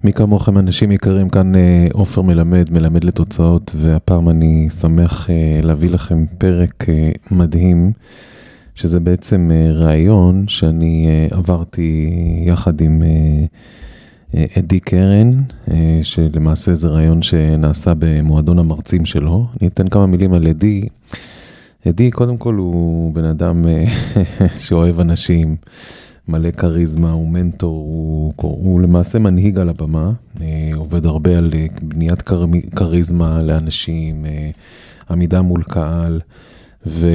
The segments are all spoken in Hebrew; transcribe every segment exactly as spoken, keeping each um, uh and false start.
מי כמוכם אנשים יקרים, כאן אה, עופר מלמד, מלמד לתוצאות, והפעם אני שמח אה, להביא לכם פרק אה, מדהים, שזה בעצם אה, רעיון שאני אה, עברתי יחד עם אה, אה, אדי קרן, אה, שלמעשה זה רעיון שנעשה במועדון המרצים שלו. אני אתן כמה מילים על אדי. אדי קודם כל הוא בן אדם אה, שאוהב אנשים, מלא קריזמה, הוא מנטור, הוא, הוא למעשה מנהיג על הבמה, אה, עובד הרבה על אה, בניית קר, קריזמה לאנשים, אה, עמידה מול קהל, ועל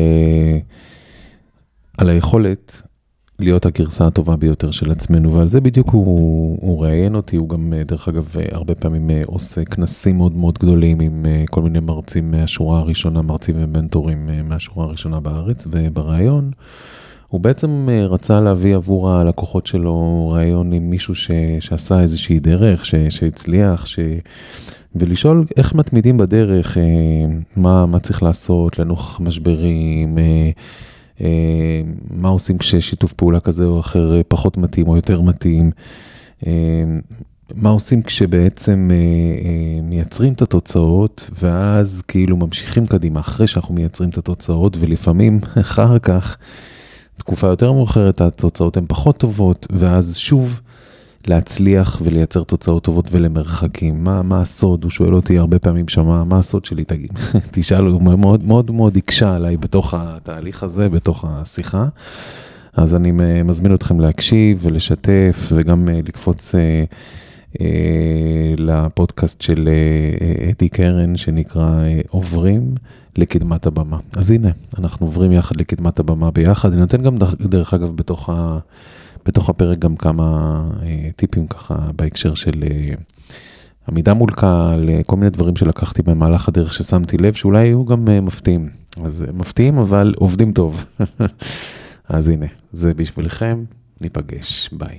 היכולת להיות הגרסה הטובה ביותר של עצמנו, ועל זה בדיוק הוא, הוא ראיין אותי, הוא גם דרך אגב הרבה פעמים עושה כנסים מאוד מאוד גדולים עם כל מיני מרצים מהשורה הראשונה, מרצים ומנטורים מהשורה הראשונה בארץ, ובראיון הוא בעצם רצה להביא עבור הלקוחות שלו ראיון עם מישהו ש, שעשה איזושהי דרך, ש, שהצליח, ש... ולשאול איך מתמידים בדרך, מה, מה צריך לעשות לנוכח משברים, מה עושים כששיתוף פעולה כזה או אחר פחות מתאים או יותר מתאים, מה עושים כשבעצם מייצרים את התוצאות ואז כאילו ממשיכים קדימה אחרי שאנחנו מייצרים את התוצאות, ולפעמים אחר כך תקופה יותר מאוחרת התוצאות הן פחות טובות, ואז שוב להצליח ולייצר תוצאות טובות ולמרחקים. מה, מה הסוד? הוא שואל אותי הרבה פעמים שמה, מה הסוד שלי? תגיד, תשאל, הוא מאוד מאוד מאוד הקשה עליי בתוך התהליך הזה, בתוך השיחה. אז אני מזמין אתכם להקשיב ולשתף, וגם לקפוץ אה, אה, לפודקאסט של אה, אדי קרן, שנקרא אה, עוברים לקדמת הבמה. אז הנה, אנחנו עוברים יחד לקדמת הבמה ביחד. אני נותן גם דרך אגב בתוך ה... בתוך הפרק גם כמה אה, טיפים ככה בהקשר של אה, עמידה מול קהל, אה, כל מיני דברים שלקחתי במהלך הדרך ששמתי לב, שאולי היו גם אה, מפתיעים. אז אה, מפתיעים אבל עובדים טוב. אז הנה, זה בשבילכם, ניפגש, ביי.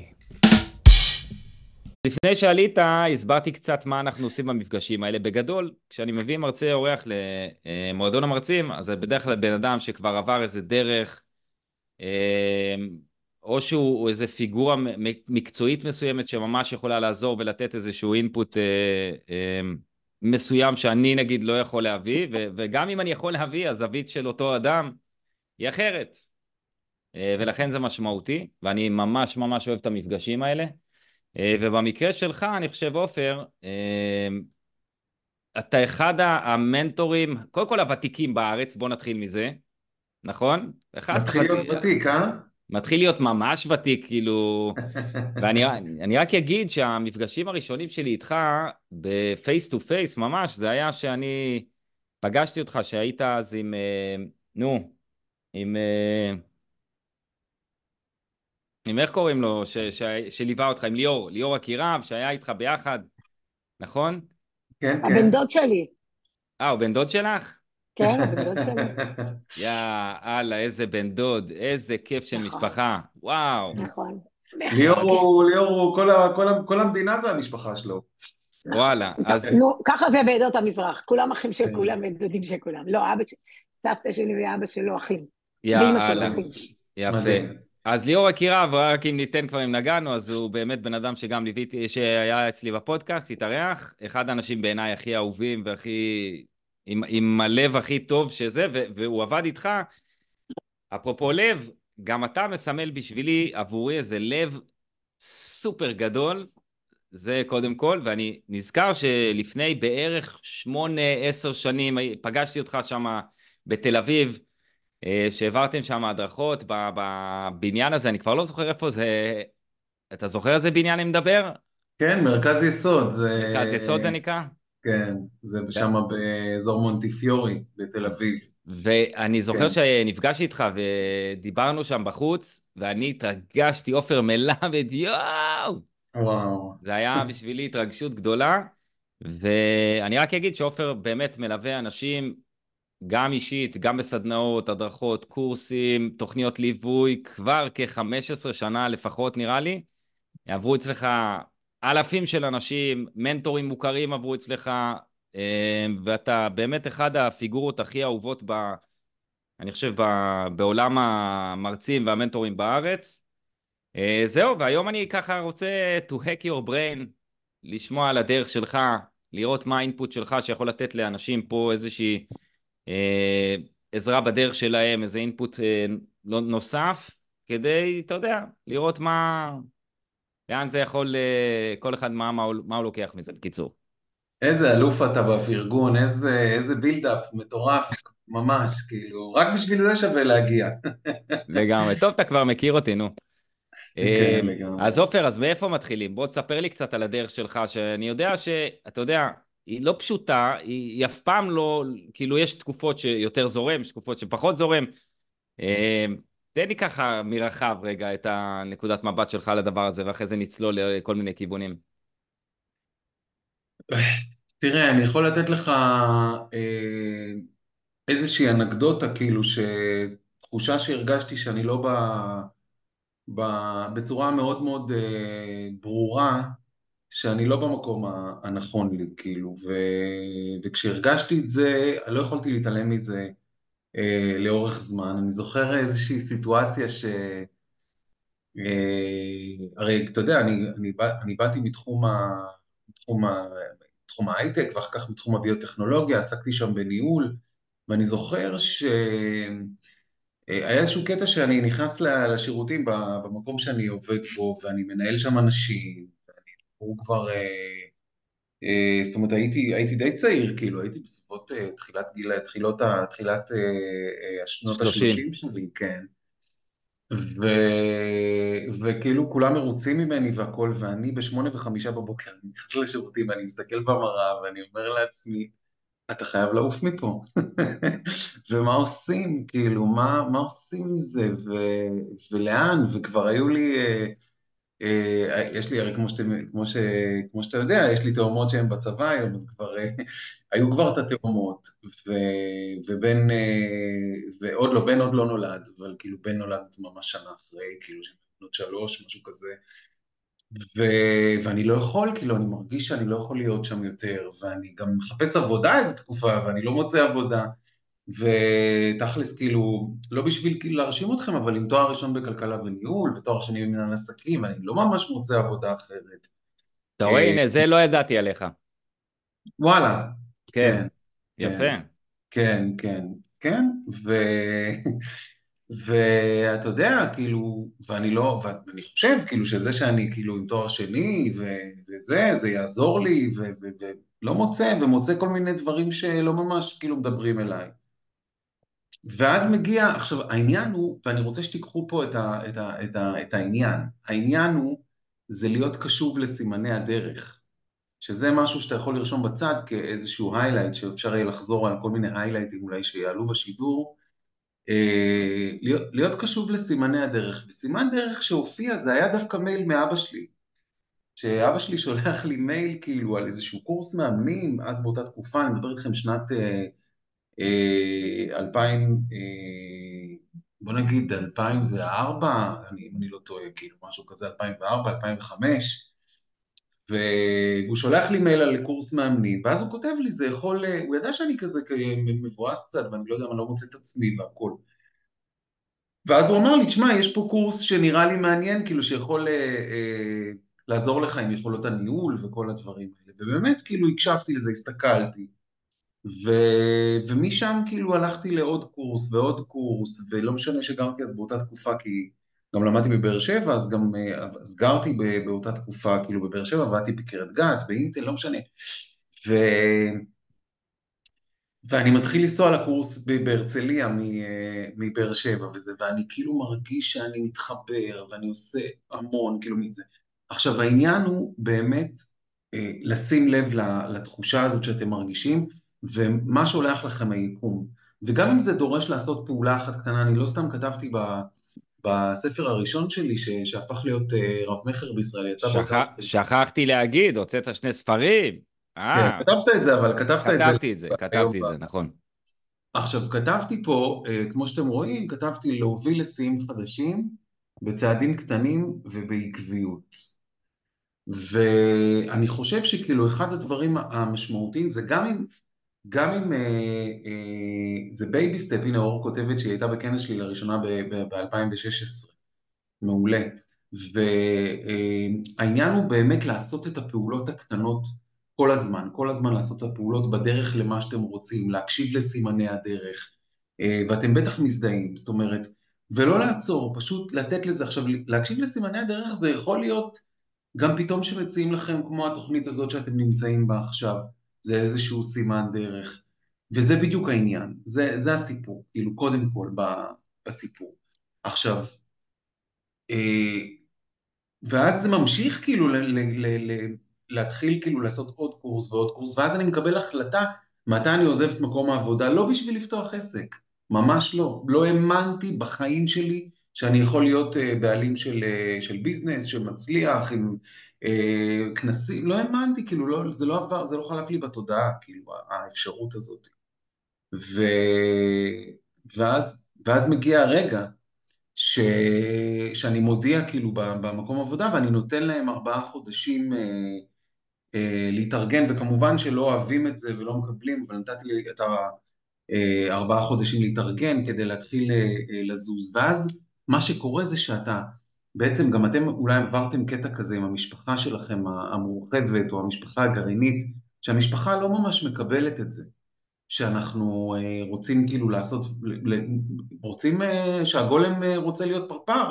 לפני שעלית, הסברתי קצת מה אנחנו עושים במפגשים האלה. בגדול, כשאני מביא מרצה אורח למועדון המרצים, אז זה בדרך כלל בן אדם שכבר עבר איזה דרך, או שהוא איזה פיגורה מקצועית מסוימת שממש יכולה לעזור ולתת איזשהו אינפוט מסוים שאני נגיד לא יכול להביא, וגם אם אני יכול להביא, הזווית של אותו אדם היא אחרת. ולכן זה משמעותי, ואני ממש ממש אוהב את המפגשים האלה. ובמקרה שלך, אני חושב, עופר, אתה אחד המנטורים, קודם כל הוותיקים בארץ, בוא נתחיל מזה, נכון? מתחיל להיות ותיק, אה? מתחיל להיות ממש ותיק, כאילו, ואני אני רק אגיד שהמפגשים הראשונים שלי איתך, בפייס טו פייס, ממש, זה היה שאני פגשתי אותך, שהיית אז עם, נו, עם... עם איך קוראים לו, ש, ש, שליווה אותך, עם ליאור, ליאור הקירב, שהיה איתך ביחד, נכון? כן, כן. הבן דוד שלי. אה, הוא בן דוד שלך? כן, הבן דוד שלי. יא, אללה, איזה בן דוד, איזה כיף של נכון. משפחה, וואו. נכון. ליאור הוא, ליאור הוא, כל, ה- כל, ה- כל המדינה זה המשפחה שלו. וואלה, אז... נו, ככה זה בעדות המזרח, כולם אחים של כולם ודודים של כולם. לא, אבא ש... סבתא שלי ואבא שלו אחים. יא, ואמא שלו אללה, אחים. יפה. מדהים. אז ליאור הקירב, רק אם ניתן כבר אם נגענו, אז הוא באמת בן אדם שגם ליוויתי, שהיה אצלי בפודקאסט, התארח, אחד האנשים בעיניי הכי אהובים והכי, עם, עם הלב הכי טוב שזה, ו, והוא עבד איתך, אפרופו לב, גם אתה מסמל בשבילי, עבורי איזה לב סופר גדול, זה קודם כל, ואני נזכר שלפני בערך שמונה, עשר שנים, פגשתי אותך שם בתל אביב, שהעברתם שם הדרכות בבניין הזה, אני כבר לא זוכר איפה זה, אתה זוכר איזה בניין אני מדבר? כן, מרכז יסוד. זה... מרכז יסוד זה נקרא? כן, זה שם באזור מונטיפיורי בתל אביב. ואני זוכר כן. שנפגשתי איתך ודיברנו שם בחוץ, ואני התרגשתי, עופר מלמד, יואו! וואו. זה היה בשבילי התרגשות גדולה, ואני רק אגיד שעופר באמת מלווה אנשים, גם אישית, גם בסדנאות, הדרכות, קורסים, תוכניות ליווי, כבר כ-חמש עשרה שנה לפחות נראה לי, עברו אצלך אלפים של אנשים, מנטורים מוכרים עברו אצלך, ואתה באמת אחד הפיגורות הכי אהובות, ב, אני חושב, ב, בעולם המרצים והמנטורים בארץ. זהו, והיום אני ככה רוצה to hack your brain, לשמוע על הדרך שלך, לראות מה האינפוט שלך שיכול לתת לאנשים פה איזושהי אה, עזרה בדרך שלהם, איזה אינפוט אה, נוסף, כדי, אתה יודע, לראות מה, לאן זה יכול, אה, כל אחד מה, מה, הוא, מה הוא לוקח מזה, בקיצור. איזה אלוף אתה בפרגון, איזה, איזה בילדאפ מטורף, ממש, כאילו, רק בשביל זה שווה להגיע. לגמרי. טוב, אתה כבר מכיר אותי, נו. אה, כן, לגמרי. אז עופר, אז מאיפה מתחילים? בוא תספר לי קצת על הדרך שלך, שאני יודע שאתה יודע, היא לא פשוטה, היא, היא אף פעם לא, כאילו יש תקופות שיותר זורם, יש תקופות שפחות זורם. אה, תן לי ככה מרחב רגע את הנקודת מבט שלך על הדבר הזה, ואחרי זה נצלול לכל מיני כיוונים. תראה, אני יכול לתת לך אה, איזושהי אנקדוטה, כאילו, שתחושה שהרגשתי שאני לא ב, ב, בצורה מאוד מאוד אה, ברורה, שאני לא במקום ה- הנכון לי, כאילו, ו, וכשהרגשתי את זה, אני לא יכולתי להתעלם מזה אה, לאורך זמן. אני זוכר איזושהי סיטואציה ש... אה, הרי אתה יודע, אני, אני, בא- אני באתי מתחום, ה, מתחום, ה, מתחום ההייטק ואחר כך מתחום הביוטכנולוגיה, עסקתי שם בניהול, ואני זוכר שהיה איזשהו קטע שאני נכנס ל- לשירותים ב- במקום שאני עובד בו, ואני מנהל שם אנשים, הוא כבר, אה, אה, זאת אומרת, הייתי, הייתי די צעיר, כאילו, הייתי בסביבות אה, תחילת גיל, תחילות, ה- תחילת אה, אה, השנות שלושים. השלושים שלי, כן. ו... וכאילו כולם מרוצים ממני והכל, ואני בשמונה וחמישה בבוקר אני נכנס לשירותים ואני מסתכל במראה ואני אומר לעצמי, אתה חייב לעוף מפה. ומה עושים? כאילו, מה, מה עושים עם זה? ו... ולאן? וכבר היו לי... אה, אה, יש לי, הרי כמו, שאתה, כמו, ש, כמו שאתה יודע, יש לי תאומות שהן בצבא היום, אז כבר אה, היו כבר את התאומות, ו, ובן, אה, ועוד לא, בן עוד לא נולד, אבל כאילו בן נולד ממש שנה אחרי, כאילו שהן בנות שלוש, משהו כזה, ו, ואני לא יכול, כאילו, אני מרגיש שאני לא יכול להיות שם יותר, ואני גם מחפש עבודה איזו תקופה, ואני לא מוצא עבודה, ותכלס כאילו, לא בשביל כאילו להרשים אתכם, אבל עם תואר ראשון בכלכלה וניהול, ותואר שני במנהל עסקים, ואני לא ממש מוצא עבודה אחרת. אתה רואה, אה, הנה, זה לא ידעתי עליך. וואלה, כן, כן, יפה. כן, כן, כן, כן, ו... ואתה יודע, כאילו, ואני לא, ואני חושב, כאילו, שזה שאני, כאילו, עם תואר שני, ו... וזה, זה יעזור לי, ו... ו... ולא מוצא, ומוצא כל מיני דברים שלא ממש, כאילו, מדברים אליי. ואז מגיע, עכשיו העניין הוא, ואני רוצה שתיקחו פה את, ה, את, ה, את, ה, את העניין, העניין הוא זה להיות קשוב לסימני הדרך, שזה משהו שאתה יכול לרשום בצד כאיזשהו היילייט, שאפשר יהיה לחזור על כל מיני היילייטים אולי שיעלו בשידור, אה, להיות, להיות קשוב לסימני הדרך, וסימן דרך שהופיע זה היה דווקא מייל מאבא שלי, שאבא שלי שולח לי מייל כאילו על איזשהו קורס מאמנים, אז באותה תקופה, אני מדבר איתכם שנת אה, אה, אלפיים, אה, בוא נגיד אלפיים וארבע, אני, אם אני לא טועה, כאילו משהו כזה, אלפיים וארבע, אלפיים וחמש, ו- והוא שולח לי מייל על קורס מאמנים, ואז הוא כותב לי, זה יכול, הוא ידע שאני כזה מבואס קצת, ואני לא יודע, אני לא מוצא את עצמי והכל. ואז הוא אמר לי, תשמע, יש פה קורס שנראה לי מעניין, כאילו שיכול אה, אה, לעזור לך עם יכולות הניהול וכל הדברים האלה. ובאמת, כאילו, הקשבתי לזה, הסתכלתי. ו... ומשם כאילו הלכתי לעוד קורס ועוד קורס, ולא משנה שגרתי אז באותה תקופה, כי גם למדתי בבאר שבע, אז גם אז גרתי באותה תקופה, כאילו בבאר שבע, עבדתי בקריית גת, באינטל, לא משנה. ו... ואני מתחיל לנסוע לקורס ב- בהרצליה מ- מבאר שבע וזה, ואני כאילו מרגיש שאני מתחבר, ואני עושה המון, כאילו מזה. עכשיו העניין הוא באמת אה, לשים לב לתחושה הזאת שאתם מרגישים, ומה שולח לכם היקום. וגם אם זה דורש לעשות פעולה אחת קטנה, אני לא סתם כתבתי ב, בספר הראשון שלי, ש, שהפך להיות אה, רב-מכר בישראל, יצא שכ... בהוצאת ישראלית. שכחתי להגיד, הוצאת שני ספרים. כן, אה, כתבת את זה, אבל כתבת את זה כתבתי את זה, היום. כתבתי את זה, נכון. עכשיו, כתבתי פה, אה, כמו שאתם רואים, כתבתי להוביל לשיאים חדשים בצעדים קטנים ובעקביות. ואני חושב שכאילו אחד הדברים המשמעותיים זה גם אם, גם אם אה, אה, זה בייבי סטפ, הנה אור כותבת שהיא הייתה בכנס שלי לראשונה ב-אלפיים ושש עשרה, מעולה. והעניין הוא באמת לעשות את הפעולות הקטנות כל הזמן, כל הזמן לעשות את הפעולות בדרך למה שאתם רוצים, להקשיב לסימני הדרך, ואתם בטח מזדהים, זאת אומרת, ולא לעצור, פשוט לתת לזה. עכשיו, להקשיב לסימני הדרך זה יכול להיות גם פתאום שמציעים לכם, כמו התוכנית הזאת שאתם נמצאים בה עכשיו, זה איזשהו סימן דרך, וזה בדיוק העניין, זה, זה הסיפור, כאילו קודם כל בסיפור. עכשיו, ואז זה ממשיך כאילו ל- ל- ל- ל- להתחיל כאילו לעשות עוד קורס ועוד קורס, ואז אני מקבל החלטה מתי אני עוזב את מקום העבודה, לא בשביל לפתוח עסק, ממש לא. לא האמנתי בחיים שלי שאני יכול להיות אה, בעלים של, אה, של ביזנס, שמצליח עם אה, כנסים, לא האמנתי, כאילו לא, זה לא עבר, זה לא חלף לי בתודעה, כאילו האפשרות הזאת. ו... ואז, ואז מגיע הרגע, ש... שאני מודיע כאילו במקום עבודה, ואני נותן להם ארבעה חודשים אה, אה, להתארגן, וכמובן שלא אוהבים את זה ולא מקבלים, אבל נתתי לי את הארבעה חודשים להתארגן כדי להתחיל אה, אה, לזוז. ואז מה שקורה זה שאתה, בעצם גם אתם אולי עברתם קטע כזה עם המשפחה שלכם המורחבת, או המשפחה הגרעינית, שהמשפחה לא ממש מקבלת את זה. שאנחנו אה, רוצים כאילו לעשות, רוצים אה, שהגולם אה, רוצה להיות פרפר,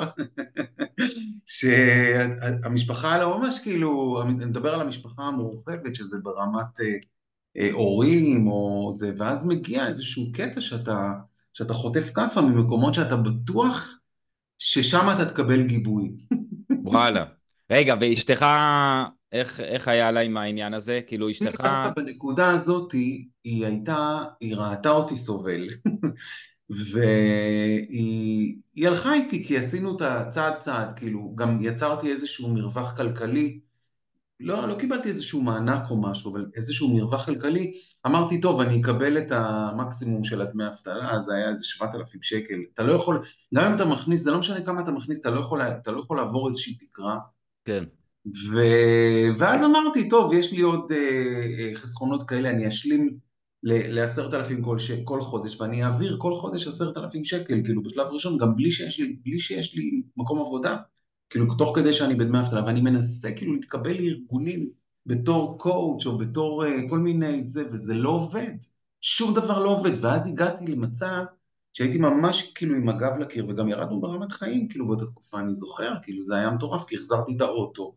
שהמשפחה לא ממש כאילו, אני מדבר על המשפחה המורחבת, שזה ברמת אה, אה, הורים או זה, ואז מגיע איזשהו קטע שאתה, שאתה חוטף כאפה ממקומות שאתה בטוח ששם אתה תקבל גיבוי. וואלה. רגע, ואשתך, איך, איך היה לה עם העניין הזה? כאילו, היא אשתך... דווקא בנקודה הזאת, היא הייתה, היא ראתה אותי סובל. והיא היא הלכה איתי כי עשינו את הצעד צעד, כאילו גם יצרתי איזשהו מרווח כלכלי, לא, לא קיבלתי איזשהו מענק או משהו, אבל איזשהו מרווח כלכלי, אמרתי טוב אני אקבל את המקסימום של הדמי אבטלה, אז זה היה איזה שבעת אלפים שקל, אתה לא יכול, גם אם אתה מכניס, זה לא משנה כמה אתה מכניס, אתה לא יכול, אתה לא יכול לעבור איזושהי תקרה, כן. ו... ואז אמרתי, טוב, יש לי עוד אה, אה, חסכונות כאלה, אני אשלים ל-עשרת אלפים כל, ש... כל חודש, ואני אעביר כל חודש עשרת אלפים שקל, כאילו בשלב ראשון, גם בלי שיש לי, בלי שיש לי מקום עבודה, כאילו תוך כדי שאני בדמי אבטלה, ואני מנסה כאילו להתקבל לארגונים בתור קואוץ' או בתור אה, כל מיני זה, וזה לא עובד, שום דבר לא עובד, ואז הגעתי למצב שהייתי ממש כאילו עם הגב לקיר, וגם ירדנו ברמת חיים, כאילו באותה תקופה אני זוכר, כאילו זה היה מטורף, כי החזרתי את האוטו,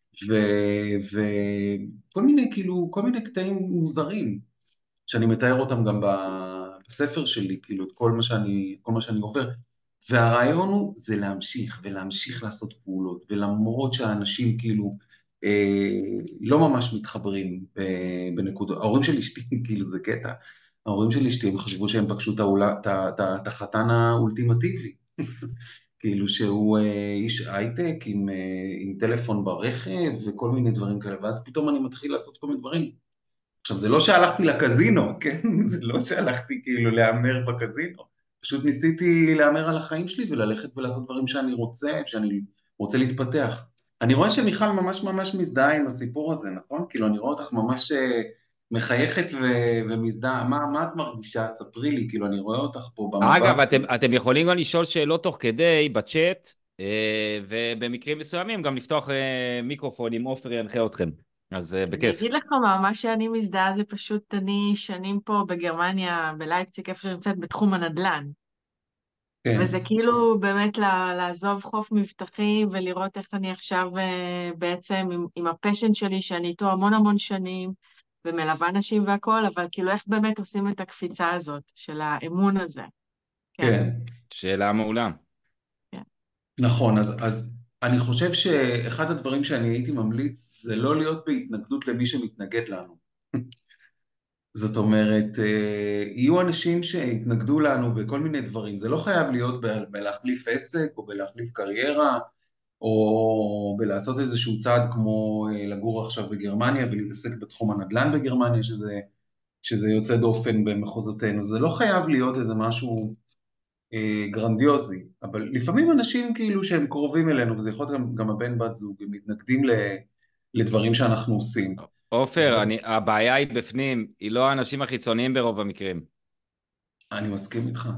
וכל מיני כאילו, כל מיני קטעים מוזרים, שאני מתאר אותם גם בספר שלי, כאילו את כל מה שאני, כל מה שאני עובר, והרעיון הוא זה להמשיך ולהמשיך לעשות פעולות, ולמרות שהאנשים כאילו אה, לא ממש מתחברים אה, בנקודות, ההורים של אשתי, כאילו זה קטע, ההורים של אשתי הם חשבו שהם פגשו את האולה- את ה- את ה- את החתן האולטימטיבי, כאילו שהוא אה, איש הייטק עם, אה, עם טלפון ברכב וכל מיני דברים כאלה, ואז פתאום אני מתחיל לעשות כל מיני דברים. עכשיו, זה לא שהלכתי לקזינו, כן? זה לא שהלכתי כאילו להמר בקזינו, פשוט ניסיתי להמר על החיים שלי וללכת ולעשות דברים שאני רוצה, שאני רוצה להתפתח. אני רואה שמיכל ממש ממש מזדהה עם הסיפור הזה, נכון? כאילו, אני רואה אותך ממש אה, מחייכת ו- ומזדהה. מה, מה את מרגישה? תספרי לי, כאילו, אני רואה אותך פה אגב, במבט. אתם, אתם יכולים גם לשאול שאלות תוך כדי בצ'אט, אה, ובמקרים מסוימים גם לפתוח אה, מיקרופון אם עופר ינחה אתכם. אז אה, אני בכיף. אגיד לך מה, מה שאני מזדהה זה פשוט אני שנים פה בגרמניה, בלייפציג, איפה שאני נמצאת, בתחום הנדל"ן. כן, וזה כאילו באמת לה- לעזוב חוף מבטחים ולראות איך אני עכשיו אה, בעצם עם, עם הפשן שלי, שאני איתו המון המון שנים, ומלווה נשים והכול, אבל כאילו איך באמת עושים את הקפיצה הזאת של האמון הזה. כן, כן. שאלה מעולה. כן. נכון, אז, אז אני חושב שאחד הדברים שאני הייתי ממליץ זה לא להיות בהתנגדות למי שמתנגד לנו. זאת אומרת, אה, יהיו אנשים שהתנגדו לנו בכל מיני דברים, זה לא חייב להיות ב- בלהחליף עסק או בלהחליף קריירה או בלעשות איזשהו צעד כמו אה, לגור עכשיו בגרמניה ולהתעסק בתחום הנדל"ן בגרמניה, שזה, שזה יוצא דופן במחוזותינו, זה לא חייב להיות איזה משהו אה, גרנדיוזי, אבל לפעמים אנשים כאילו שהם קרובים אלינו, וזה יכול להיות גם, גם הבן בת זוג, הם מתנגדים ל, לדברים שאנחנו עושים. עופר, אני, הבעיה היא בפנים, היא לא האנשים החיצוניים ברוב המקרים. ואני מסכים איתך.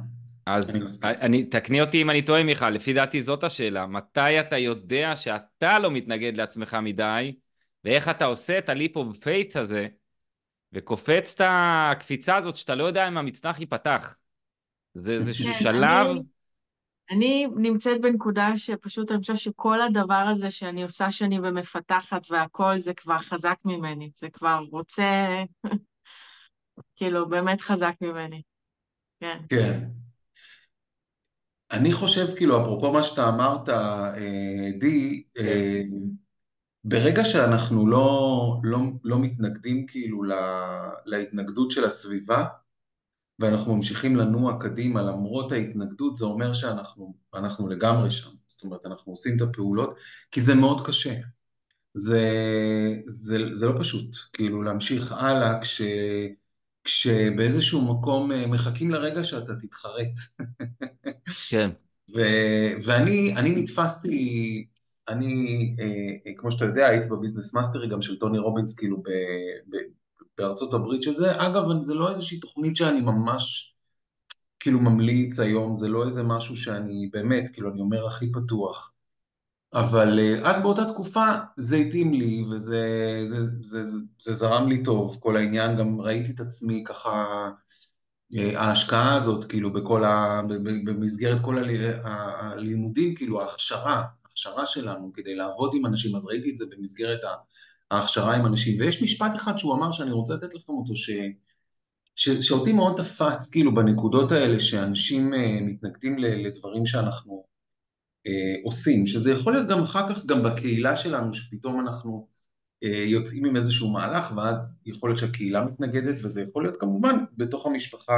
אז אני מסכים. אני, תקני אותי אם אני טועה, מיכל, לפי דעתי זאת השאלה. מתי אתה יודע שאתה לא מתנגד לעצמך מדי, ואיך אתה עושה את הליפ אוף פייט הזה, וקופץ את הקפיצה הזאת שאתה לא יודע אם המצנח ייפתח. זה איזשהו כן, שלב, אני, אני נמצאת בנקודה שפשוט אני חושבת שכל הדבר הזה שאני עושה שנים ומפתחת והכל זה כבר חזק ממני, זה כבר רוצה, כאילו, באמת חזק ממני, כן. כן. אני חושב, כאילו, אפרופו מה שאתה אמרת, אה, די, כן, אה, ברגע שאנחנו לא, לא, לא מתנגדים כאילו לה, להתנגדות של הסביבה, ואנחנו ממשיכים לנוע קדימה למרות ההתנגדות, זה אומר שאנחנו אנחנו לגמרי שם. זאת אומרת, אנחנו עושים את הפעולות, כי זה מאוד קשה. זה, זה, זה לא פשוט, כאילו להמשיך הלאה כש, כשבאיזשהו מקום אה, מחכים לרגע שאתה תתחרט. כן, ו, ואני אני נתפסתי, אני, אה, אה, כמו שאתה יודע, הייתי בביזנס מאסטרי גם של טוני רובינס, כאילו ב, ב, בארצות הברית, שזה, אגב, זה לא איזושהי תוכנית שאני ממש כאילו ממליץ היום, זה לא איזה משהו שאני באמת, כאילו אני אומר הכי פתוח. אבל אה, אז באותה תקופה זה התאים לי וזה זה, זה, זה, זה זרם לי טוב, כל העניין, גם ראיתי את עצמי ככה, אה, ההשקעה הזאת כאילו בכל ה, ב- ב- במסגרת כל הלי- ה- הלימודים, כאילו ההכשרה, ההכשרה שלנו כדי לעבוד עם אנשים, אז ראיתי את זה במסגרת ה- ההכשרה עם אנשים, ויש משפט אחד שהוא אמר שאני רוצה לתת לכם אותו, ש... ש, שאותי מאוד תפס כאילו בנקודות האלה שאנשים אה, מתנגדים ל- לדברים שאנחנו אה, עושים, שזה יכול להיות גם אחר כך גם בקהילה שלנו, שפתאום אנחנו אה, יוצאים עם איזשהו מהלך, ואז יכול להיות שהקהילה מתנגדת, וזה יכול להיות כמובן בתוך המשפחה.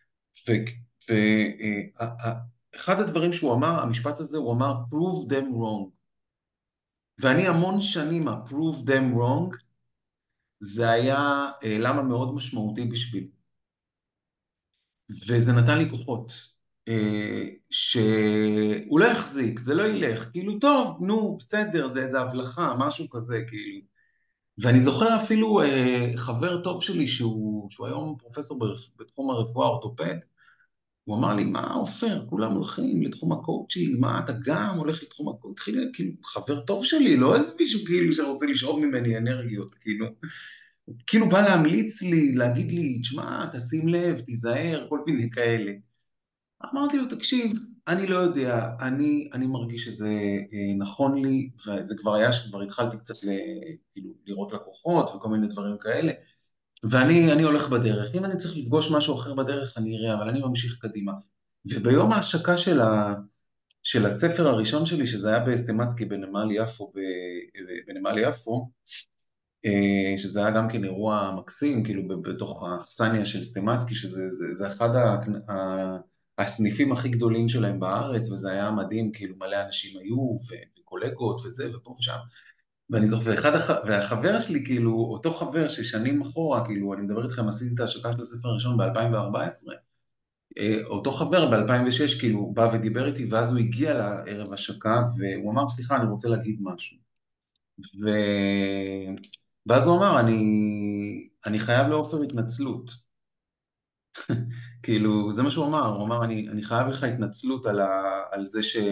ואחד הדברים שהוא אמר, המשפט הזה, הוא אמר, prove them wrong. ואני המון שנים, ה-prove them wrong, זה היה אה, למה מאוד משמעותי בשבילי. וזה נתן לי כוחות, אה, שהוא לא יחזיק, זה לא ילך, כאילו טוב, נו, בסדר, זה איזה הבלחה, משהו כזה, כאילו. ואני זוכר אפילו אה, חבר טוב שלי, שהוא, שהוא היום פרופסור ברפ, בתחום הרפואה האורתופד, הוא אמר לי, מה עופר, כולם הולכים לתחום הקואוצ'ינג, מה אתה גם הולך לתחום הקואוצ'ינג, התחיל, כאילו, חבר טוב שלי, לא איזה מישהו כאילו שרוצה לשאוב ממני אנרגיות, כאילו. כאילו בא להמליץ לי, להגיד לי, תשמע, תשים לב, תיזהר, כל מיני כאלה. אמרתי לו, תקשיב, אני לא יודע, אני, אני מרגיש שזה אה, נכון לי, וזה כבר היה שכבר התחלתי קצת ל, כאילו, לראות לקוחות וכל מיני דברים כאלה, ואני אני הולך בדרך, אם אני צריך לפגוש משהו אחר בדרך אני אראה, אבל אני ממשיך קדימה. וביום ההשקה של, ה, של הספר הראשון שלי, שזה היה בסטימצקי בנמל יפו, ב, בנמל יפו, אה, שזה היה גם כן אירוע מקסים, כאילו בתוך האכסניה של סטימצקי, שזה זה, זה אחד ה, ה, הסניפים הכי גדולים שלהם בארץ, וזה היה מדהים, כאילו מלא אנשים היו, ו- וקולגות וזה, ופה ושם. ואני זוכר, ואחד הח... והחבר שלי, כאילו, אותו חבר ששנים אחורה, כאילו, אני מדבר איתכם, עשיתי את ההשקה של הספר הראשון ב-אלפיים וארבע עשרה, אה, אותו חבר ב-אלפיים ושש, כאילו, בא ודיבר איתי, ואז הוא הגיע לערב השקה, והוא אמר, סליחה, אני רוצה להגיד משהו. ו... ואז הוא אמר, אני, אני חייב לעופר התנצלות. כאילו, זה מה שהוא אמר, הוא אמר, אני, אני חייב לך התנצלות על, ה, על זה שלא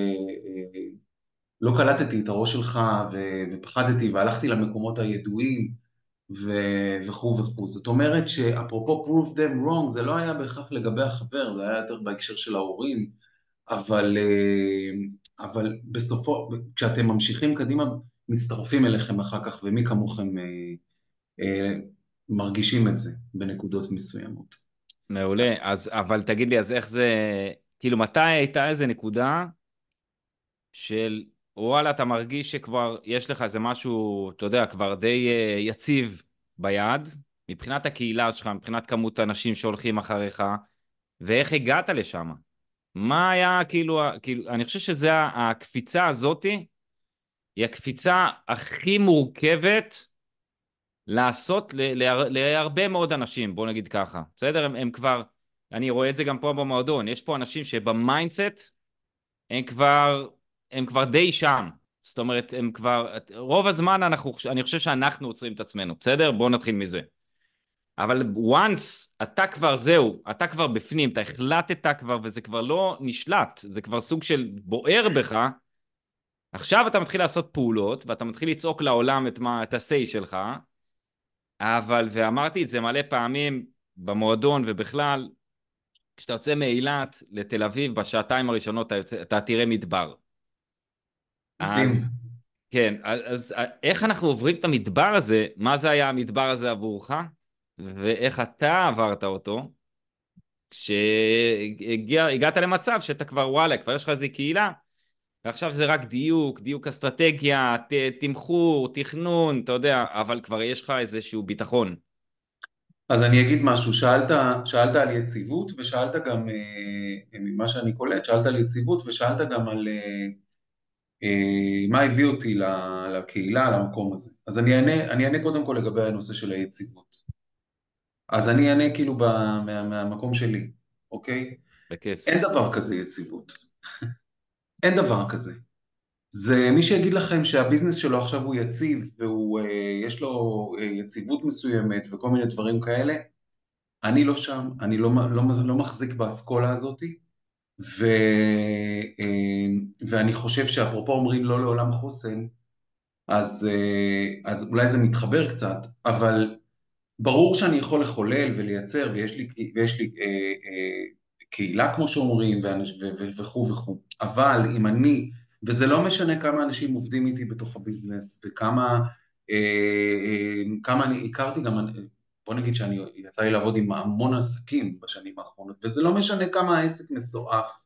קלטתי את הראש שלך ו, ופחדתי והלכתי למקומות הידועים ו- וכו' וכו'. זאת אומרת שאפרופו prove them wrong, זה לא היה בהכרח לגבי החבר, זה היה יותר בהקשר של ההורים, אבל, אה, אבל בסופו, כשאתם ממשיכים קדימה, מצטרפים אליכם אחר כך, ומי כמוכם אה, אה, מרגישים את זה בנקודות מסוימות. מעולה. אז, אבל תגיד לי, אז איך זה, כאילו, מתי הייתה איזה נקודה של, וואלה, אתה מרגיש שכבר יש לך איזה משהו, אתה יודע, כבר די uh, יציב ביד, מבחינת הקהילה שלך, מבחינת כמות האנשים שהולכים אחריך, ואיך הגעת לשם? מה היה, כאילו, ה- כאילו, אני חושב שזה ה- הקפיצה הזאתי, היא הקפיצה הכי מורכבת לעשות ל- להר- להרבה מאוד אנשים, בוא נגיד ככה, בסדר? הם, הם כבר, אני רואה את זה גם פה במועדון, יש פה אנשים שבמיינדסט הם כבר, הם כבר די שם, זאת אומרת, הם כבר, רוב הזמן אנחנו, אני חושב שאנחנו עוצרים את עצמנו, בסדר? בואו נתחיל מזה. אבל once אתה כבר זהו, אתה כבר בפנים, אתה החלטת כבר, וזה כבר לא נשלט, זה כבר סוג של בוער בך, עכשיו אתה מתחיל לעשות פעולות, ואתה מתחיל לצעוק לעולם את, מה, את ה-say שלך, אבל, ואמרתי את זה מלא פעמים במועדון ובכלל, כשאתה יוצא מאילת לתל אביב, בשעתיים הראשונות אתה, יוצא, אתה תראה מדבר. מדהים. אז, כן, אז, אז איך אנחנו עוברים את המדבר הזה, מה זה היה המדבר הזה עבורך, ואיך אתה עברת אותו, כשהגעת למצב שאתה כבר וואלה, כבר יש לך איזו קהילה, ועכשיו זה רק דיוק, דיוק אסטרטגיה, ת, תמחור, תכנון, אתה יודע, אבל כבר יש לך איזשהו ביטחון. אז אני אגיד משהו, שאלת, שאלת על יציבות ושאלת גם, אה, ממה שאני קולט, שאלת על יציבות ושאלת גם על אה, אה, מה הביא אותי ל- לקהילה, למקום הזה. אז אני אענה, אני אענה קודם כל לגבי הנושא של היציבות. אז אני אענה כאילו ב, מה, מהמקום שלי, אוקיי? בכיף. אין דבר כזה יציבות. אין דבר כזה. זה מי שיגיד לכם שהביזנס שלו עכשיו הוא יציב והוא, אה, יש לו אה, יציבות מסוימת וכל מיני דברים כאלה, אני לא שם, אני לא, לא, לא מחזיק באסכולה הזאת, ו, אה, ואני חושב שאפרופו אומרים לא לעולם חוסן, אז, אה, אז אולי זה מתחבר קצת, אבל ברור שאני יכול לחולל ולייצר, ויש לי, ויש לי אה, אה, קהילה כמו שאומרים, ואנש, ו, ו, וכו' וכו', אבל אם אני, וזה לא משנה כמה אנשים עובדים איתי בתוך הביזנס, וכמה אה, אה, כמה אני הכרתי גם, בוא נגיד שאני יצא לי לעבוד עם המון עסקים בשנים האחרונות, וזה לא משנה כמה העסק מסועף,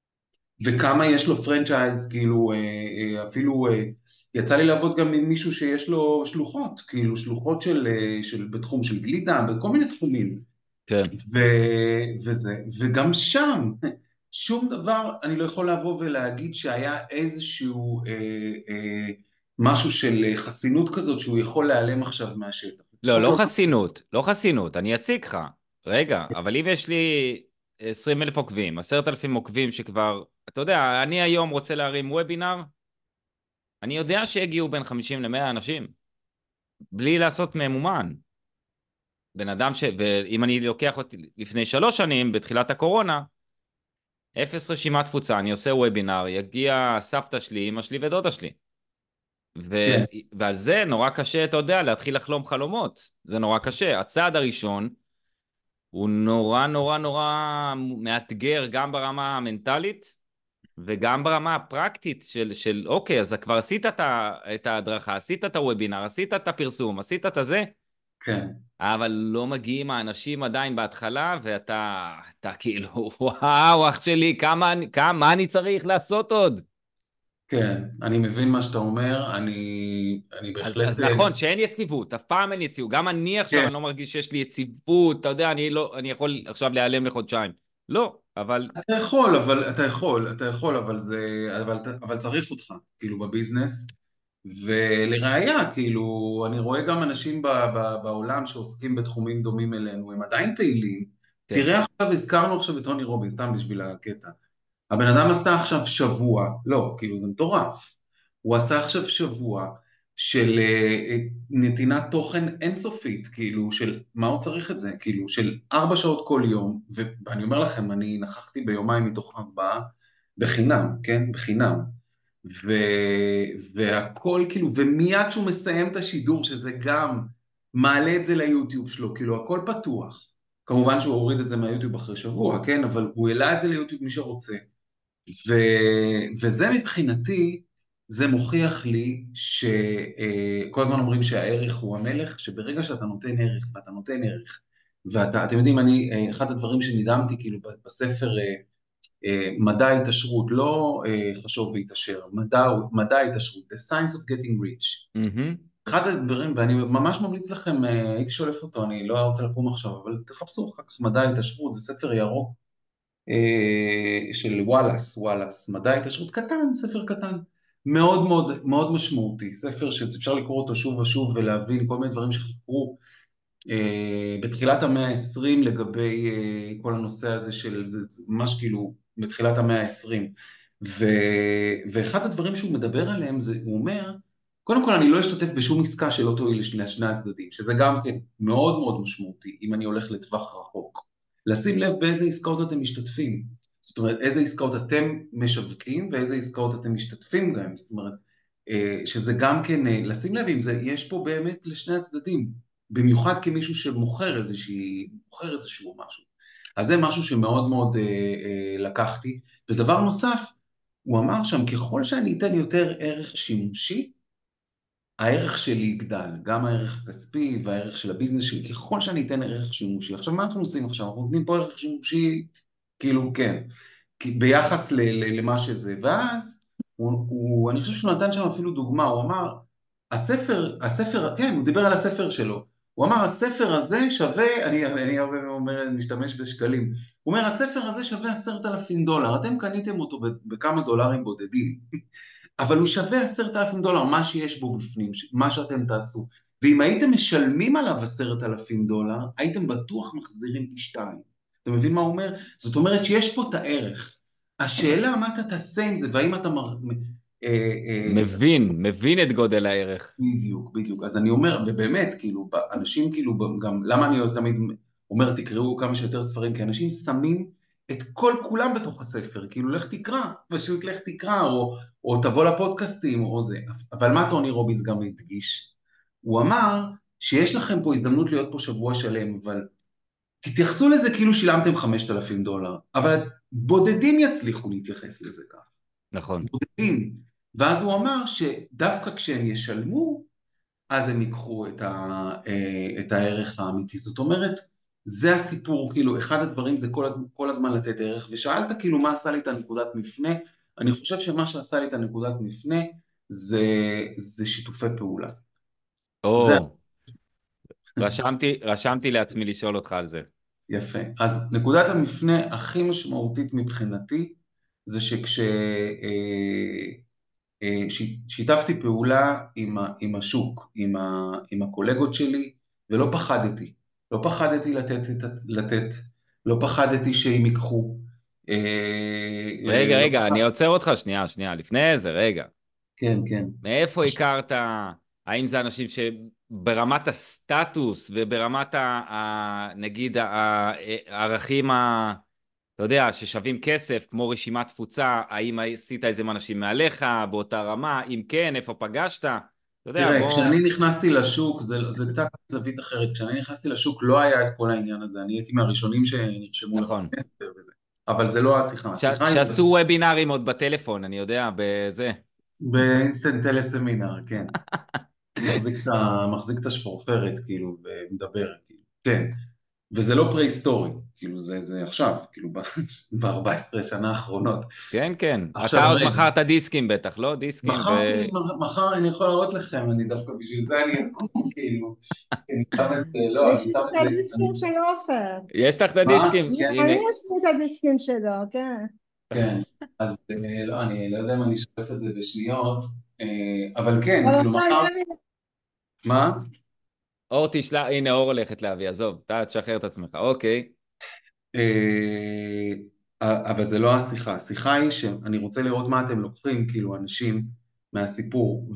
וכמה יש לו פרנצ'ייז, כאילו, אה, אה, אפילו אה, יצא לי לעבוד גם עם מישהו שיש לו שלוחות, כאילו שלוחות של, אה, של, בתחום של גלידה, בכל מיני תחומים, כן. ו, וזה, וגם שם, שום דבר, אני לא יכול לבוא ולהגיד שהיה איזשהו אה, אה, משהו של חסינות כזאת, שהוא יכול להיעלם עכשיו מהשטח. לא, לא חסינות, לא חסינות, אני אציג לך. רגע, אבל אם יש לי עשרים אלף עוקבים, עשרת אלפים עוקבים שכבר, אתה יודע, אני היום רוצה להרים וובינר, אני יודע שיגיעו בין חמישים למאה אנשים, בלי לעשות ממומן. בן אדם ש... ואם אני לוקח אותי לפני שלוש שנים, בתחילת הקורונה, אפס רשימת תפוצה, אני עושה וובינר, יגיע סבתא שלי, אמא שלי ודודה שלי. ו... כן, ועל זה נורא קשה, אתה יודע, להתחיל לחלום חלומות. זה נורא קשה. הצעד הראשון הוא נורא נורא נורא מאתגר, גם ברמה המנטלית, וגם ברמה הפרקטית של, של אוקיי, אז כבר עשית את, ה... את ההדרכה, עשית את הוובינר, עשית את הפרסום, עשית את הזה, כן. אבל לא מגיעים האנשים עדיין בהתחלה, ואתה אתה כאילו, וואו, אח שלי, כמה, כמה מה אני צריך לעשות עוד? כן, אני מבין מה שאתה אומר, אני, אני אז, בהחלט... אז נכון, שאין יציבות, אף פעם אין יציבות. גם אני עכשיו, כן, אני לא מרגיש שיש לי יציבות, אתה יודע, אני, לא, אני יכול עכשיו להיעלם לחודשיים. לא, אבל... אתה יכול, אבל אתה יכול, אתה יכול, אבל זה, אבל, אבל צריך אותך, כאילו בביזנס, ולראיה, כאילו, אני רואה גם אנשים ב, ב, בעולם שעוסקים בתחומים דומים אלינו, הם עדיין פעילים. כן. תראה עכשיו, הזכרנו עכשיו את טוני רובינס, סתם בשביל הקטע. הבן אדם עשה עכשיו שבוע, לא, כאילו זה מטורף, הוא עשה עכשיו שבוע של אה, נתינת תוכן אינסופית, כאילו של מה הוא צריך את זה, כאילו של ארבע שעות כל יום, ואני אומר לכם, אני נכחתי ביומיים מתוך ארבעה בחינם, כן, בחינם, ו... והכל כאילו, ומיד שהוא מסיים את השידור, שזה גם מעלה את זה ליוטיוב שלו, כאילו הכל פתוח, כמובן שהוא הוריד את זה מהיוטיוב אחרי שבוע, כן, אבל הוא העלה את זה ליוטיוב מי שרוצה, ו... וזה מבחינתי, זה מוכיח לי שכל הזמן אומרים שהערך הוא המלך, שברגע שאתה נותן ערך, ואתה נותן ערך, ואתה, אתם יודעים, אני, אחד הדברים שנדהמתי כאילו בספר מדע ההתעשרות, לא חשוב והתעשר, מדע, מדע ההתעשרות, The Science of Getting Rich. Mm-hmm. אחד הדברים, ואני ממש ממליץ לכם, הייתי שולף אותו, אני לא רוצה לקום עכשיו, אבל תחפשו אחר כך מדע ההתעשרות, זה ספר ירוק, של וואלאס, וואלאס, מדע ההתעשרות קטן, ספר קטן, מאוד מאוד מאוד משמעותי, ספר שאפשר לקרוא אותו שוב ושוב ולהבין כל מיני דברים שחקרו בתחילת המאה ה-עשרים לגבי כל הנושא הזה של, זה ממש כאילו בתחילת המאה ה-עשרים, ו, ואחד הדברים שהוא מדבר עליהם זה, הוא אומר, קודם כל אני לא אשתתף בשום עסקה שלא תועיל לשני לשני הצדדים, שזה גם כן מאוד מאוד משמעותי, אם אני הולך לטווח רחוק. לשים לב באיזה עסקאות אתם משתתפים, זאת אומרת, איזה עסקאות אתם משווקים ואיזה עסקאות אתם משתתפים גם, זאת אומרת, אה, שזה גם כן, אה, לשים לב אם זה, יש פה באמת לשני הצדדים, במיוחד כמישהו שמוכר איזושהי, מוכר איזשהו משהו. אז זה משהו שמאוד מאוד אה, אה, לקחתי. ודבר נוסף, הוא אמר שם, ככל שאני אתן יותר ערך שימושי, הערך שלי יגדל, גם הערך הכספי והערך של הביזנס שלי, ככל שאני אתן ערך שימושי. עכשיו, מה אנחנו עושים עכשיו? אנחנו נותנים פה ערך שימושי, כאילו, כן, כי- ביחס ל- ל- למה שזה. ואז, הוא, הוא, אני חושב שהוא נתן שם אפילו דוגמה, הוא אמר, הספר, הספר, כן, הוא דיבר על הספר שלו. הוא אמר, הספר הזה שווה, אני, אני הרבה אומר, משתמש בשקלים. הוא אומר, הספר הזה שווה עשרת אלפים דולר, אתם קניתם אותו ב- בכמה דולרים בודדים. אבל הוא שווה עשרת אלפים דולר, מה שיש בו בפנים, מה שאתם תעשו. ואם הייתם משלמים עליו עשרת אלפים דולר, הייתם בטוח מחזירים פי שתיים. אתה מבין מה הוא אומר? זאת אומרת שיש פה את הערך. השאלה מה אתה תעשה עם זה, והאם אתה... מר... אה, אה, מבין, מבין את גודל הערך. בדיוק, בדיוק. אז אני אומר, ובאמת, כאילו, אנשים כאילו, גם, למה אני תמיד אומר, תקראו כמה שיותר ספרים, כי אנשים שמים את כל כולם בתוך הספר, כאילו, לך תקרא, פשוט לך תקרא, או, או תבוא לפודקאסטים, או זה. אבל מה טוני רובינס גם הדגיש? הוא אמר שיש לכם פה הזדמנות להיות פה שבוע שלם, אבל תתייחסו לזה כאילו שילמתם חמשת אלפים דולר, אבל בודדים יצליחו להתייחס לזה כך. נכון. בודדים. ואז הוא אמר שדווקא כשהם ישלמו, אז הם ייקחו את, ה, את הערך האמיתי. זאת אומרת, זה הסיפור, כאילו, אחד הדברים זה כל הזמן, כל הזמן לתת ערך, ושאלת כאילו מה עשה לי את הנקודת מפנה, אני חושב שמה שעשה לי את הנקודת מפנה זה, זה שיתופי פעולה. זה או, רשמתי, רשמתי לעצמי לשאול אותך על זה. יפה. אז נקודת המפנה הכי משמעותית מבחינתי, זה שכש... אה, אה, שיתפתי פעולה עם, ה, עם השוק, עם, ה, עם הקולגות שלי, ולא פחדתי. לא פחדתי לתת, לתת, לא פחדתי שהם ייקחו. אה, רגע, אה, לא רגע, פחד... אני עוצר אותך שנייה, שנייה, לפני זה, רגע. כן, כן. מאיפה הכרת, האם זה אנשים שברמת הסטטוס וברמת, ה, ה, נגיד, ה- הערכים, ה, אתה יודע, ששווים כסף, כמו רשימת תפוצה, האם עשית את זה עם אנשים מעליך, באותה רמה, אם כן, איפה פגשת? אתה יודע, תראה, בוא... כשאני נכנסתי לשוק, זה, זה קצת זווית אחרת, כשאני נכנסתי לשוק לא היה את כל העניין הזה, אני הייתי מהראשונים שנרשמו נכון. לכנסת וזה, אבל זה לא השיחה, ש, השיחה היא שעשו וובינארים עוד בטלפון, אני יודע, בזה. באינסטנט טלסמינר, כן. מחזיק את ה- מחזיק את השפורפרת, כאילו, ומדבר, כאילו, כן. וזה לא פרה-היסטורי, כאילו, זה, זה עכשיו, כאילו, ב-ארבע עשרה שנה האחרונות. כן, כן. עכשיו, אתה עוד רגע, מכרת דיסקים בטח, לא? דיסקים ו... מכרתי, מחר אני יכול להראות לכם, אני דווקא בשביל זה אני אקום, כאילו, אני שם את זה, לא, יש אני לי שם את את זה, הדיסקים אני... של עופר. יש לך את מה? הדיסקים? כן, הנה. אני יש לי את הדיסקים שלו, כן. כן, אז אה, לא, אני לא יודע אם אני אשתף את זה בשניות, אה, אבל כן, אבל כאילו, אתה מחר, נראה לי... מה? אור תשלח, הנה אור הולכת להביא, עזוב, אתה תשחרר את עצמך, אוקיי. אה, אבל זה לא השיחה, השיחה היא שאני רוצה לראות מה אתם לוקחים, כאילו אנשים מהסיפור,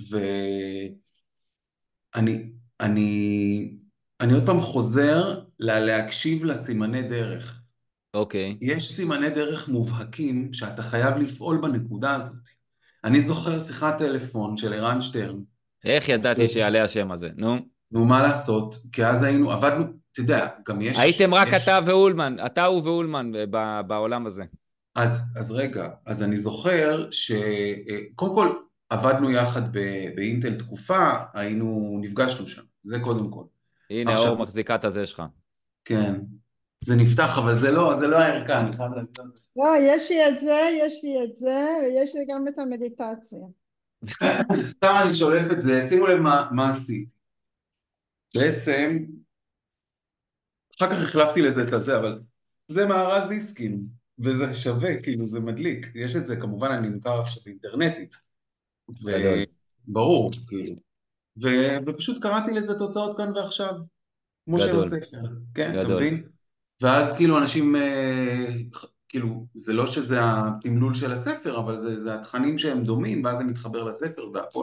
ואני אני, אני עוד פעם חוזר ל- להקשיב לסימני דרך. אוקיי. יש סימני דרך מובהקים שאתה חייב לפעול בנקודה הזאת. אני זוכר שיחת טלפון של ערן שטרן, איך ידעתי שיעלה השם הזה? נו. נו מה לעשות, כי אז היינו, עבדנו, אתה יודע, גם יש... הייתם רק יש... אתה ואולמן, אתה הוא ואולמן ב- בעולם הזה. אז, אז רגע, אז אני זוכר שקודם כל עבדנו יחד ב- באינטל תקופה, היינו, נפגשנו שם, זה קודם כל. הנה עכשיו, אור מחזיקה את הזה שלך. כן, זה נפתח, אבל זה לא, זה לא הערכה, אני חייב להגיד על זה. לא, יש לי את זה, יש לי את זה, ויש לי גם את המדיטציה. סתם אני שולף את זה, שימו לב מה, מה עשיתי. בעצם, אחר כך החלפתי לזה את הזה, אבל זה מארז דיסקים, וזה שווה, כאילו זה מדליק. יש את זה, כמובן אני נמכר עכשיו אינטרנטית. גדול. וברור, כאילו. ו... ופשוט קראתי לזה תוצאות כאן ועכשיו, כמו של גדול. הספר, כן, אתה גדול. מבין? ואז כאילו אנשים, אה, כאילו, זה לא שזה התמלול של הספר, אבל זה, זה התכנים שהם דומים, ואז זה מתחבר לספר והכל.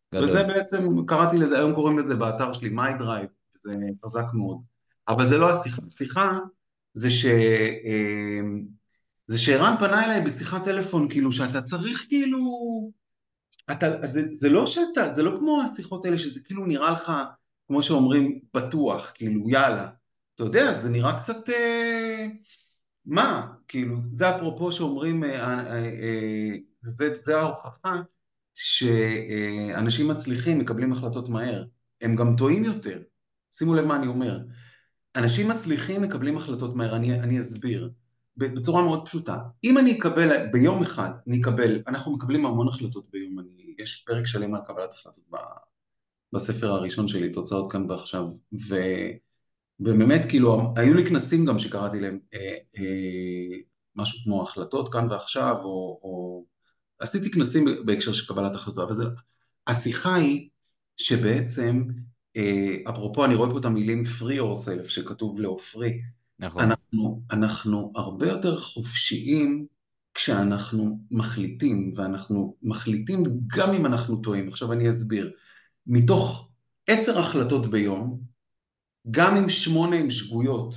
וזה גדול. בעצם, קראתי לזה, היום קוראים לזה באתר שלי My Drive, זה חזק מאוד. אבל זה לא השיחה. השיחה זה ש... אה, זה שערן פנה אליי בשיחת טלפון, כאילו שאתה צריך כאילו... אתה, זה, זה לא שאתה, זה לא כמו השיחות האלה שזה כאילו נראה לך, כמו שאומרים, בטוח, כאילו יאללה. אתה יודע, זה נראה קצת... אה, מה? כאילו, זה אפרופו שאומרים, אה, אה, אה, זה, זה ההוכחה שאנשים מצליחים מקבלים החלטות מהר. הם גם טועים יותר. שימו לב מה אני אומר. אנשים מצליחים מקבלים החלטות מהר, אני, אני אסביר. בצורה מאוד פשוטה. אם אני אקבל, ביום אחד, אני אקבל, אנחנו מקבלים המון החלטות ביום, אני, יש פרק שלם על קבלת החלטות ב, בספר הראשון שלי, תוצאות כאן ועכשיו, ו, ובאמת כאילו, היו לי כנסים גם שקראתי להם אה, אה, משהו כמו החלטות כאן ועכשיו, או, או עשיתי כנסים בהקשר של קבלת החלטות, אבל זה, השיחה היא שבעצם, אה, אפרופו אני רואה פה את המילים free yourself שכתוב לעופרי, נכון. אנחנו, אנחנו הרבה יותר חופשיים כשאנחנו מחליטים, ואנחנו מחליטים גם אם אנחנו טועים. עכשיו אני אסביר. מתוך עשר החלטות ביום, גם אם שמונה הן שגויות,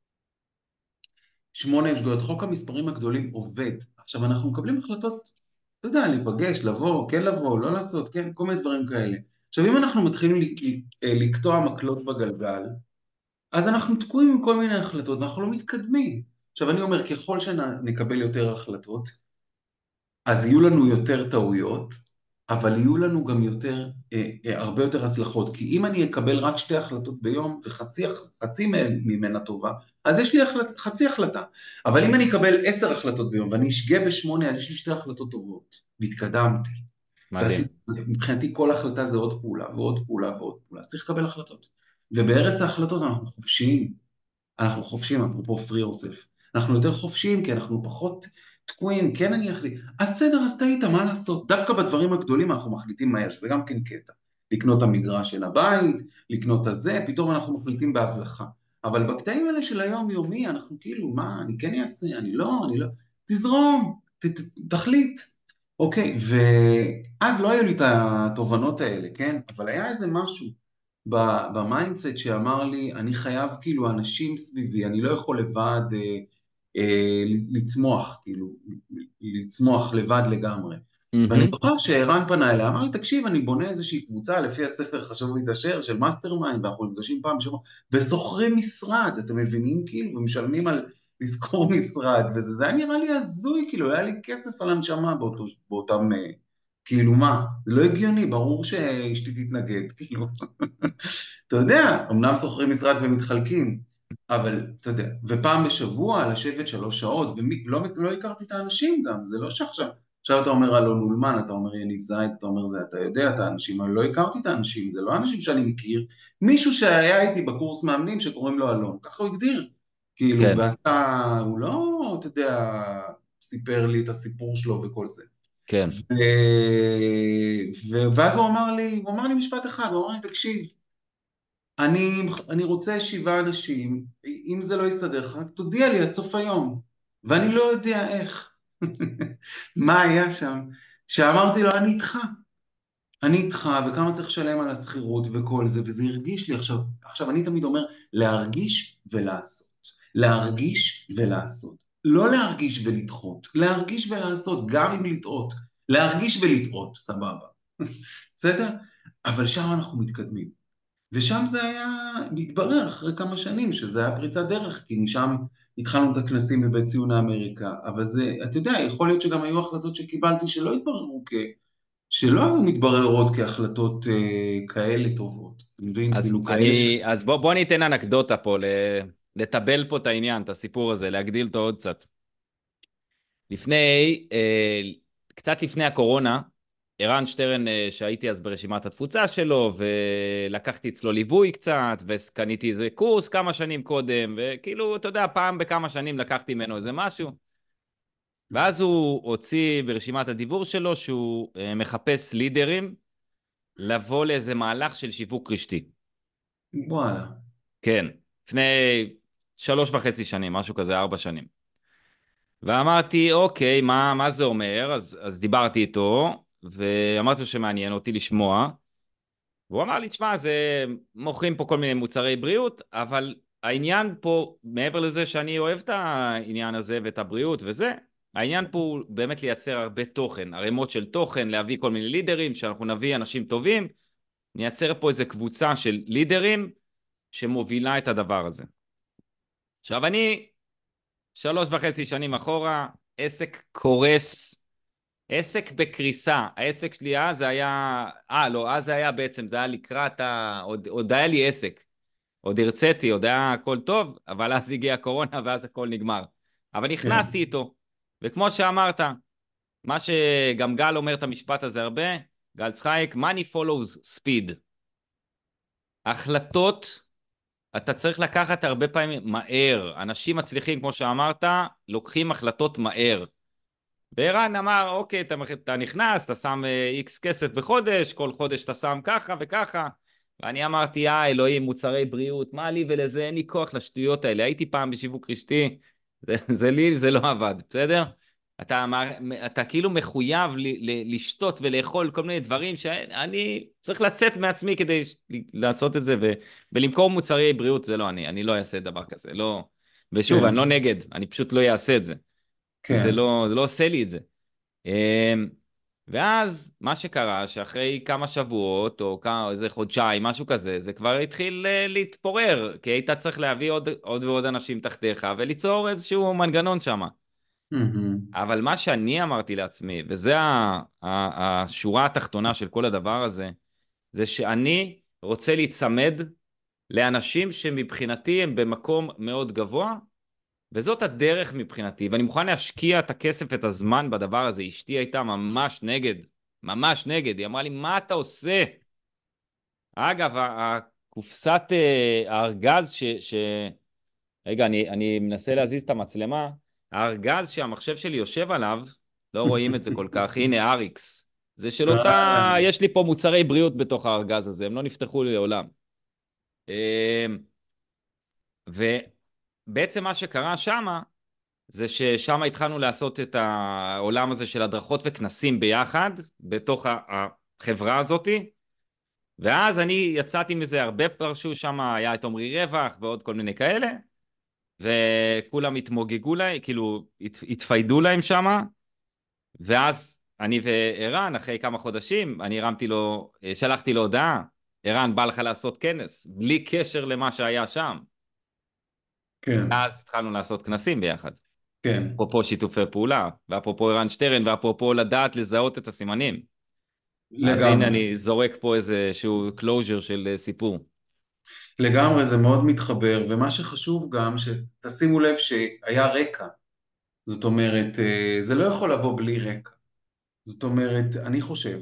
שמונה הן שגויות, חוק המספרים הגדולים עובד. עכשיו אנחנו מקבלים החלטות, אתה יודע, להיפגש, לבוא, כן לבוא, לא לעשות, כן, כל מיני דברים כאלה. עכשיו אם אנחנו מתחילים לקטוע מקלות בגלגל, אז אנחנו תקועים עם כל מיני החלטות ואנחנו לא מתקדמים. עכשיו אני אומר, ככל שנקבל יותר החלטות, אז יהיו לנו יותר טעויות, אבל יהיו לנו גם יותר, אה, אה, הרבה יותר הצלחות. כי אם אני אקבל רק שתי החלטות ביום וחצי חצי ממנה טובה, אז יש לי החלט, חצי החלטה. אבל אם אני אקבל עשר החלטות ביום ואני אשגה בשמונה, אז יש לי שתי החלטות טובות. והתקדמתי. מדהים. ועשיתי, מבחינתי כל החלטה זה עוד פעולה ועוד פעולה ועוד פעולה. אז צריך לקבל החלטות. ובארץ ההחלטות אנחנו חופשיים. אנחנו חופשיים, אפרופו free yourself. אנחנו יותר חופשיים כי אנחנו פחות תקועים, כן אני אחליט. אז בסדר, אז טעית, מה לעשות? דווקא בדברים הגדולים אנחנו מחליטים מהר, שזה גם כן קטע. לקנות את המגרש של הבית, לקנות את הזה, פתאום אנחנו מחליטים בהבלחה. אבל בקטעים האלה של היום יומי, אנחנו כאילו, מה, אני כן אעשה, אני לא, אני לא, תזרום, ת, ת, תחליט. אוקיי, ואז לא היו לי את התובנות האלה, כן? אבל היה איזה משהו במיינדסט שאמר לי, אני חייב כאילו אנשים סביבי, אני לא יכול לבד אה, אה, לצמוח, כאילו, לצמוח לבד לגמרי. ואני זוכר שערן פנה אליי, אמר לי, תקשיב, אני בונה איזושהי קבוצה לפי הספר חשוב להתעשר של מאסטר מיינד, ואנחנו נפגשים פעם בשבוע, ושוכרים משרד, אתם מבינים כאילו, ומשלמים על לשכור משרד, וזה זה היה נראה לי הזוי, כאילו, היה לי כסף על הנשמה באותו, באותם, אה, כאילו מה, זה לא הגיוני, ברור שאשתי תתנגד, כאילו, אתה יודע, אמנם שוכרים משרד ומתחלקים, אבל אתה יודע, ופעם בשבוע לשבת שלוש שעות, ולא לא הכרתי את האנשים גם, זה לא שעכשיו, עכשיו אתה אומר אלון אולמן, אתה אומר יניב זייד, אתה אומר זה, אתה יודע את האנשים, אבל לא הכרתי את האנשים, זה לא אנשים שאני מכיר, מישהו שהיה איתי בקורס מאמנים שקוראים לו אלון, ככה הוא הגדיר, כאילו, כן, ועשה, הוא לא, אתה יודע, סיפר לי את הסיפור שלו וכל זה. כן. ו... ו... ואז הוא אמר לי, הוא אמר לי משפט אחד, הוא אמר לי, תקשיב, אני, אני רוצה שבעה אנשים, אם זה לא יסתדר לך, תודיע לי עד סוף היום, ואני לא יודע איך. מה היה שם? שאמרתי לו, אני איתך, אני איתך, וכמה צריך לשלם על השכירות וכל זה, וזה הרגיש לי עכשיו, עכשיו אני תמיד אומר, להרגיש ולעשות, להרגיש ולעשות, לא להרגיש ולדחות, להרגיש ולעשות, גם אם לטעות, להרגיש ולטעות, סבבה, בסדר? אבל שם אנחנו מתקדמים. ושם זה היה להתברר אחרי כמה שנים, שזה היה פריצת דרך, כי משם התחלנו את הכנסים בבית ציוני אמריקה, אבל זה, אתה יודע, יכול להיות שגם היו החלטות שקיבלתי שלא התבררו כ... שלא היו מתבררות כהחלטות אה, כאלה טובות, אני מבין, אז כאילו כאלה אני, ש... אז בוא, בוא ניתן אנקדוטה פה, ל- לטבל פה את העניין, את הסיפור הזה, להגדיל אותו עוד קצת. לפני, אה, קצת לפני הקורונה, ערן שטרן, אה, שהייתי אז ברשימת התפוצה שלו, ולקחתי אצלו ליווי קצת, וקניתי איזה קורס כמה שנים קודם, וכאילו, אתה יודע, פעם בכמה שנים לקחתי ממנו איזה משהו. ואז הוא הוציא ברשימת הדיבור שלו, שהוא אה, מחפש לידרים, לבוא לאיזה מהלך של שיווק רשתי. וואלה. כן, לפני שלוש וחצי שנים, משהו כזה, ארבע שנים. ואמרתי, אוקיי, מה, מה זה אומר? אז, אז דיברתי איתו, ואמרתי לו שמעניין אותי לשמוע, והוא אמר לי, תשמע, זה מוכרים פה כל מיני מוצרי בריאות, אבל העניין פה, מעבר לזה שאני אוהב את העניין הזה ואת הבריאות וזה, העניין פה הוא באמת לייצר הרבה תוכן, ערימות של תוכן, להביא כל מיני לידרים, שאנחנו נביא אנשים טובים, נייצר פה איזו קבוצה של לידרים שמובילה את הדבר הזה. עכשיו אני, שלוש וחצי שנים אחורה, עסק קורס, עסק בקריסה. העסק שלי אז זה היה, אה לא, אז זה היה בעצם, זה היה לקראת, ה... עוד, עוד היה לי עסק, עוד הרציתי, עוד היה הכל טוב, אבל אז הגיעה הקורונה ואז הכל נגמר. אבל נכנסתי איתו, וכמו שאמרת, מה שגם גל אומר את המשפט הזה הרבה, גל צחייק, money follows speed. החלטות, אתה צריך לקחת הרבה פעמים מהר. אנשים מצליחים, כמו שאמרת, לוקחים החלטות מהר. וערן אמר, אוקיי, אתה, אתה נכנס, אתה שם איקס כסף בחודש, כל חודש אתה שם ככה וככה. ואני אמרתי, אה, אלוהים, מוצרי בריאות, מה לי ולזה, אין לי כוח לשטויות האלה. הייתי פעם בשיווק רשתי, זה, זה לי, זה לא עבד, בסדר? אתה, אתה כאילו מחויב ל, ל, לשתות ולאכול כל מיני דברים שאני צריך לצאת מעצמי כדי לעשות את זה, ו, ולמכור מוצרי בריאות זה לא אני, אני לא אעשה דבר כזה, לא. ושוב, כן. אני לא נגד, אני פשוט לא אעשה את זה. כן. זה לא, זה לא עושה לי את זה. ואז מה שקרה, שאחרי כמה שבועות, או כמה, איזה חודשיים, משהו כזה, זה כבר התחיל להתפורר, כי היית צריך להביא עוד, עוד ועוד אנשים תחתיך, וליצור איזשהו מנגנון שם. אבל מה שאני אמרתי לעצמי, וזה השורה התחתונה של כל הדבר הזה, זה שאני רוצה להצמד לאנשים שמבחינתי הם במקום מאוד גבוה, וזאת הדרך מבחינתי, ואני מוכן להשקיע את הכסף ואת הזמן בדבר הזה. אשתי הייתה ממש נגד, ממש נגד, היא אמרה לי, מה אתה עושה? אגב, הקופסת הארגז ש... ש... רגע, אני, אני מנסה להזיז את המצלמה, הארגז שהמחשב שלי יושב עליו, לא רואים את זה כל כך, הנה אריקס, זה של אותה, יש לי פה מוצרי בריאות בתוך הארגז הזה, הם לא נפתחו לי לעולם. ובעצם מה שקרה שמה, זה ששם התחלנו לעשות את העולם הזה של הדרכות וכנסים ביחד, בתוך החברה הזאת, ואז אני יצאתי מזה, הרבה פרשו שם, היה את עומרי רווח ועוד כל מיני כאלה, וכולם התמוגגו להם, כאילו התפיידו להם שם, ואז אני וערן, אחרי כמה חודשים, אני הרמתי לו, שלחתי לו הודעה, ערן, בא לך לעשות כנס, בלי קשר למה שהיה שם. כן. ואז התחלנו לעשות כנסים ביחד. כן. אפרופו שיתופי פעולה, ואפרופו ערן שטרן, ואפרופו לדעת לזהות את הסימנים. לגמרי. אז הנה אני זורק פה איזשהו closure של סיפור. לגמרי, זה מאוד מתחבר, ומה שחשוב גם, שתשימו לב שהיה רקע. זאת אומרת, זה לא יכול לבוא בלי רקע. זאת אומרת, אני חושב,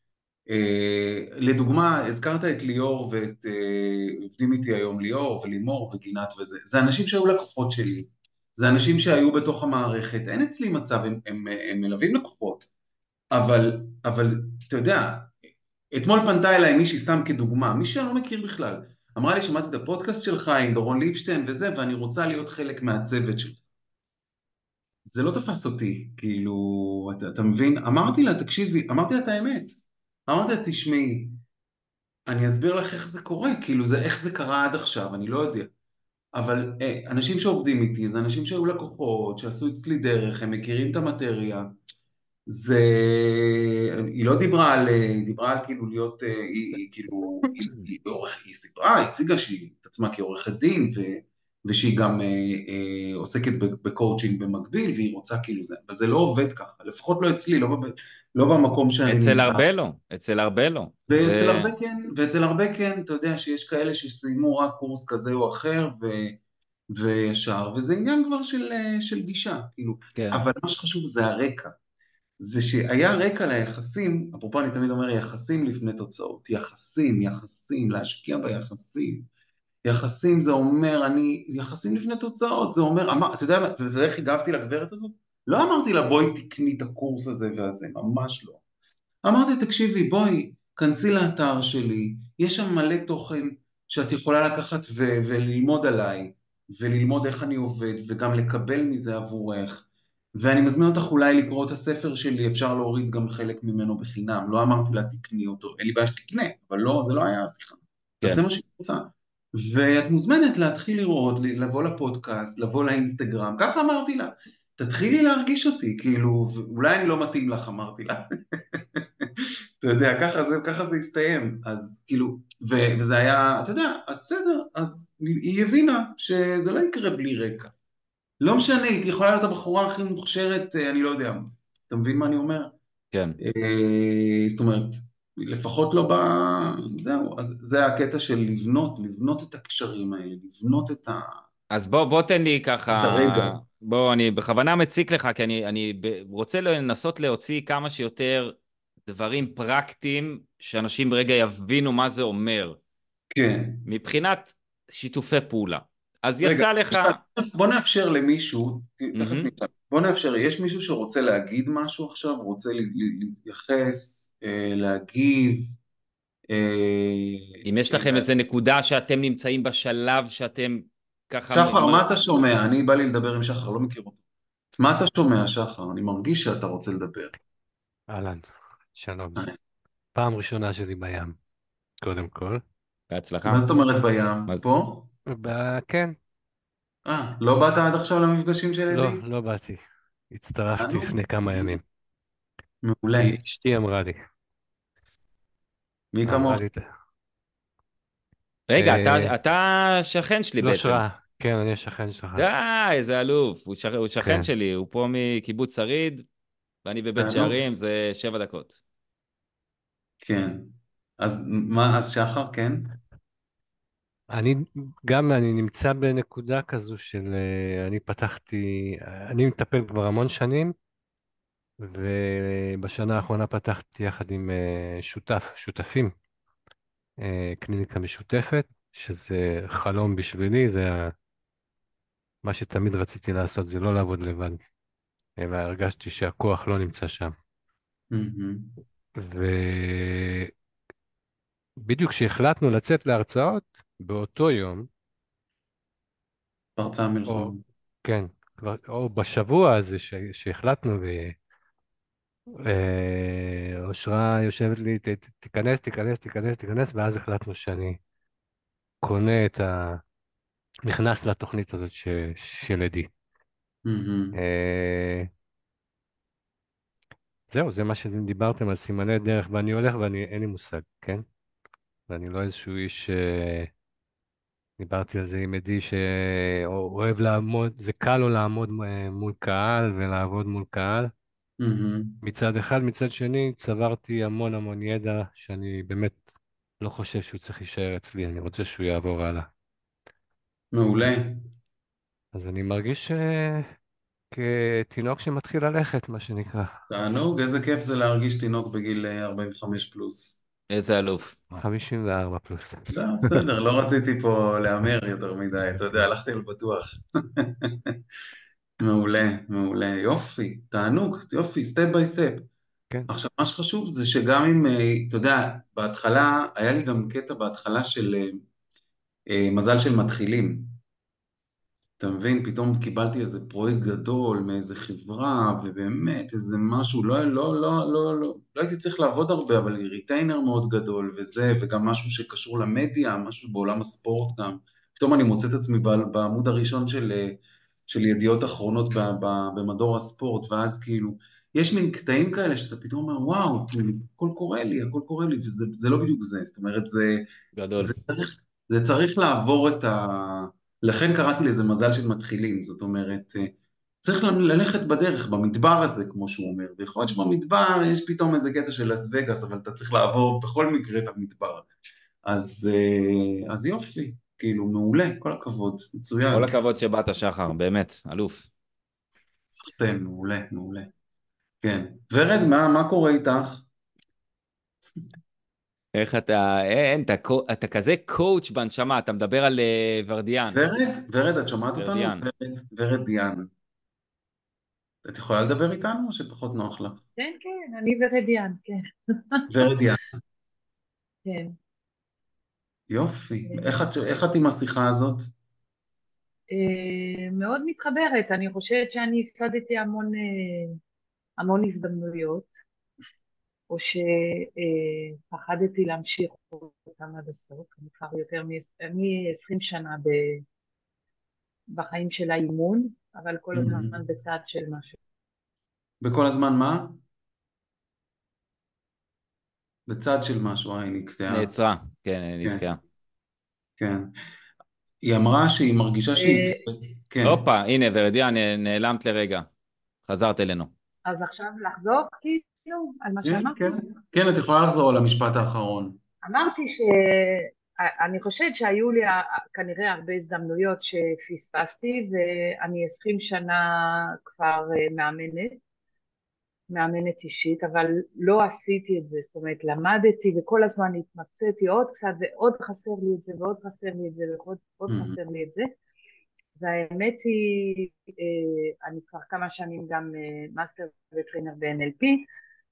לדוגמה, הזכרת את ליאור ואת, עובדים איתי היום ליאור ולימור וגינת וזה, זה אנשים שהיו לקוחות שלי, זה אנשים שהיו בתוך המערכת, אין אצלי מצב, הם, הם, הם מלווים לקוחות, אבל, אבל אתה יודע, אתמול פנתה אליי מישהי סתם כדוגמה, מישהי אני לא מכיר בכלל, אמרה לי, שמעתי את הפודקאסט שלך עם דורון ליבשטיין וזה, ואני רוצה להיות חלק מהצוות שלך. זה לא תפס אותי, כאילו, אתה, אתה מבין? אמרתי לה, תקשיבי, אמרתי לה את האמת, אמרתי לה, תשמעי, אני אסביר לך איך זה קורה, כאילו, זה, איך זה קרה עד עכשיו, אני לא יודע. אבל אה, אנשים שעובדים איתי, זה אנשים שהיו לקוחות, שעשו אצלי דרך, הם מכירים את המטריה, זה, היא לא דיברה על, היא דיברה על כאילו להיות, היא, היא כאילו, היא, היא, בעורך, היא סיפרה, היא הציגה שהיא את עצמה כעורכת דין, ו, ושהיא גם אה, אה, עוסקת בקואוצ'ינג במקביל, והיא רוצה כאילו זה, אבל זה לא עובד ככה, לפחות לא אצלי, לא, לא במקום שאני נמצא. אצל הרבה לא, אצל הרבה לא. ואצל הרבה כן, ואצל הרבה כן, אתה יודע שיש כאלה שסיימו רק קורס כזה או אחר, ו... וישר, וזה עניין כבר של, של גישה, כאילו. כן. אבל מה שחשוב זה הרקע. זה שהיה רקע ליחסים, אפרופו אני תמיד אומר יחסים לפני תוצאות, יחסים, יחסים, להשקיע ביחסים. יחסים זה אומר, אני, יחסים לפני תוצאות, זה אומר, אמר, אתה יודע, אתה יודע איך הגבתי לגברת הזאת? לא אמרתי לה בואי תקני את הקורס הזה והזה, ממש לא. אמרתי תקשיבי בואי, כנסי לאתר שלי, יש שם מלא תוכן שאת יכולה לקחת ו- וללמוד עליי, וללמוד איך אני עובד, וגם לקבל מזה עבורך. ואני מזמין אותך אולי לקרוא את הספר שלי, אפשר להוריד גם חלק ממנו בחינם, לא אמרתי לה תקני אותו, אין לי בעיה שתקנה, אבל לא, זה לא היה סליחה, כן. תעשה מה שהיא רוצה. ואת מוזמנת להתחיל לראות, לבוא לפודקאסט, לבוא לאינסטגרם, ככה אמרתי לה, תתחילי להרגיש אותי, כאילו, אולי אני לא מתאים לך, אמרתי לה. אתה יודע, ככה זה, ככה זה הסתיים, אז כאילו, ו- וזה היה, אתה יודע, אז בסדר, אז היא הבינה שזה לא יקרה בלי רקע. לא משנה, היא יכולה להיות הבחורה הכי מוכשרת, אה, אני לא יודע, אתה מבין מה אני אומר? כן. אה, זאת אומרת, לפחות לא ב... זהו, אז זה הקטע של לבנות, לבנות את הקשרים האלה, לבנות את ה... אז בוא, בוא תן לי ככה, את הרגע. בוא, אני בכוונה מציק לך, כי אני, אני ב- רוצה לנסות להוציא כמה שיותר דברים פרקטיים, שאנשים רגע יבינו מה זה אומר, כן. מבחינת שיתופי פעולה. אז רגע, יצא לך... בוא נאפשר למישהו, תכף מהמם. נפתח, בוא נאפשר, יש מישהו שרוצה להגיד משהו עכשיו, רוצה ל- ל- להתייחס, אה, להגיב, אה, אם יש לכם איזה נקודה שאתם נמצאים בשלב שאתם ככה... שחר, מ- מה אתה שומע? אני בא לי לדבר עם שחר, לא מכיר אותו. מה אתה שומע, שחר? אני מרגיש שאתה רוצה לדבר. אהלן, שלום. אה, פעם ראשונה שלי בים, קודם כל. בהצלחה. מה זאת אומרת בים? מה זה? פה? ב- כן, אה, לא באת עד עכשיו למפגשים של לא, אדי? לא באתי. הצטרפתי תענוג, לפני כמה תענוג. ימים. מעולה. היא- אשתי אמרה לי, מי אמרה כמוך? לי, רגע, אה, אתה, אתה שכן שלי לא בעצם. שראה, כן, אני השכן שלך. די, איזה אלוף. הוא, ש... הוא שכן כן. שלי, הוא פה מקיבוץ שריד, ואני בבית תענוג. שערים, זה שבע דקות. כן. אז מה, אז שחר, כן? אני גם, אני נמצא בנקודה כזו של, אה, אני פתחתי, אני מטפל כבר המון שנים, ובשנה האחרונה פתחתי יחד עם אה, שותף, שותפים, אה, קליניקה משותפת, שזה חלום בשבילי, זה ה- מה שתמיד רציתי לעשות, זה לא לעבוד לבד, אלא הרגשתי שהכוח לא נמצא שם. מהמם. ובדיוק כשהחלטנו לצאת להרצאות, באותו יום, פרצה המלחמה. או כן, כבר, או בשבוע הזה ש- שהחלטנו, ואושרה יושבת לי, "ת- ת- תיכנס, תיכנס, תיכנס, תיכנס", ואז החלטנו שאני קונה את ה... נכנס לתוכנית הזאת ש... של עדי. מהמם. אה, זהו, זה מה שדיברתם על סימני דרך, ואני הולך ואני, אין לי מושג, כן? ואני לא איזשהו איש, אה, דיברתי על זה עם עדי, שאוהב לעמוד, זה קל לו לעמוד אה, מול קהל ולעבוד מול קהל. מהמם. מצד אחד, מצד שני, צברתי המון המון ידע, שאני באמת לא חושב שהוא צריך להישאר אצלי, אני רוצה שהוא יעבור הלאה. מעולה. אז, אז אני מרגיש אה, כתינוק שמתחיל ללכת, מה שנקרא. תענוג, איזה כיף זה להרגיש תינוק בגיל אה, ארבעים וחמש פלוס. איזה אלוף. חמישים וארבע פלוס. לא, בסדר, לא רציתי פה להמר יותר מדי, אתה יודע, הלכתי על בטוח. מעולה, מעולה, יופי, תענוג, יופי, סטפ ביי סטפ. כן. עכשיו, מה שחשוב זה שגם אם, אה, אתה יודע, בהתחלה, היה לי גם קטע בהתחלה של אה, אה, מזל של מתחילים. אתה מבין, פתאום קיבלתי איזה פרויקט גדול מאיזה חברה, ובאמת איזה משהו, לא, לא, לא, לא, לא, לא הייתי צריך לעבוד הרבה, אבל ריטיינר מאוד גדול וזה, וגם משהו שקשור למדיה, משהו בעולם הספורט גם. פתאום אני מוצא את עצמי ב- בעמוד הראשון של, אה, של ידיעות אחרונות ב- ב- במדור הספורט, ואז כאילו, יש מין קטעים כאלה שאתה פתאום אומר, וואו, כאילו, הכל קורה לי, הכל קורה לי, וזה זה לא בדיוק זה, זאת אומרת, זה, גדול. זה צריך, זה צריך לעבור את ה... לכן קראתי לזה מזל של מתחילים, זאת אומרת, אה, צריך ל- ללכת בדרך, במדבר הזה, כמו שהוא אומר, ויכול להיות שבמדבר יש פתאום איזה קטע של לס וגאס, אבל אתה צריך לעבור בכל מקרה את המדבר. אז, אה, אז יופי, כאילו, מעולה, כל הכבוד, מצוין. כל הכבוד שבאת, שחר, באמת, אלוף. סחטיין, מעולה, מעולה. כן. ורד, מה, מה קורה איתך? איך אתה, אין, אתה, קו- אתה כזה קואוץ' בנשמה, אתה מדבר על אה, ורדיאן. ורד, ורד, את שומעת אותנו? ורדיאן. ורד, ורד דיאן. את יכולה לדבר איתנו או שפחות נוח לך? כן, כן, אני ורדיאן, כן. ורד דיאן. כן. יופי. איך את, איך את עם השיחה הזאת? אה, מאוד מתחברת. אני חושבת שאני הפסדתי המון, אה, המון הזדמנויות, או שפחדתי להמשיך אותם עד הסוף. אני כבר יותר מ... אני עשרים שנה ב... בחיים של האימון, אבל כל מהמם. הזמן בצד של משהו. בכל הזמן מה? בצד של משהו, אה, היא נקטעה. נעצרה, כן, כן, נתקעה. כן. היא אמרה שהיא מרגישה שהיא... אה, כן, הופה, הנה, ורדיה, נ- נעלמת לרגע. חזרת אלינו. אז עכשיו לחזור כאילו על מה כן, שאמרתי? כן. כן, את יכולה לחזור על המשפט האחרון. אמרתי שאני חושבת שהיו לי אה, כנראה הרבה הזדמנויות שפספסתי, ואני עשרים שנה כבר אה, מאמנת, מאמנת אישית, אבל לא עשיתי את זה, זאת אומרת, למדתי וכל הזמן התמצאתי עוד קצת, ועוד חסר לי את זה, ועוד חסר לי את זה, ועוד עוד מהמם. חסר לי את זה. והאמת היא, אה, אני כבר כמה שנים גם אה, מאסטר וטרינר ב-אן אל פי,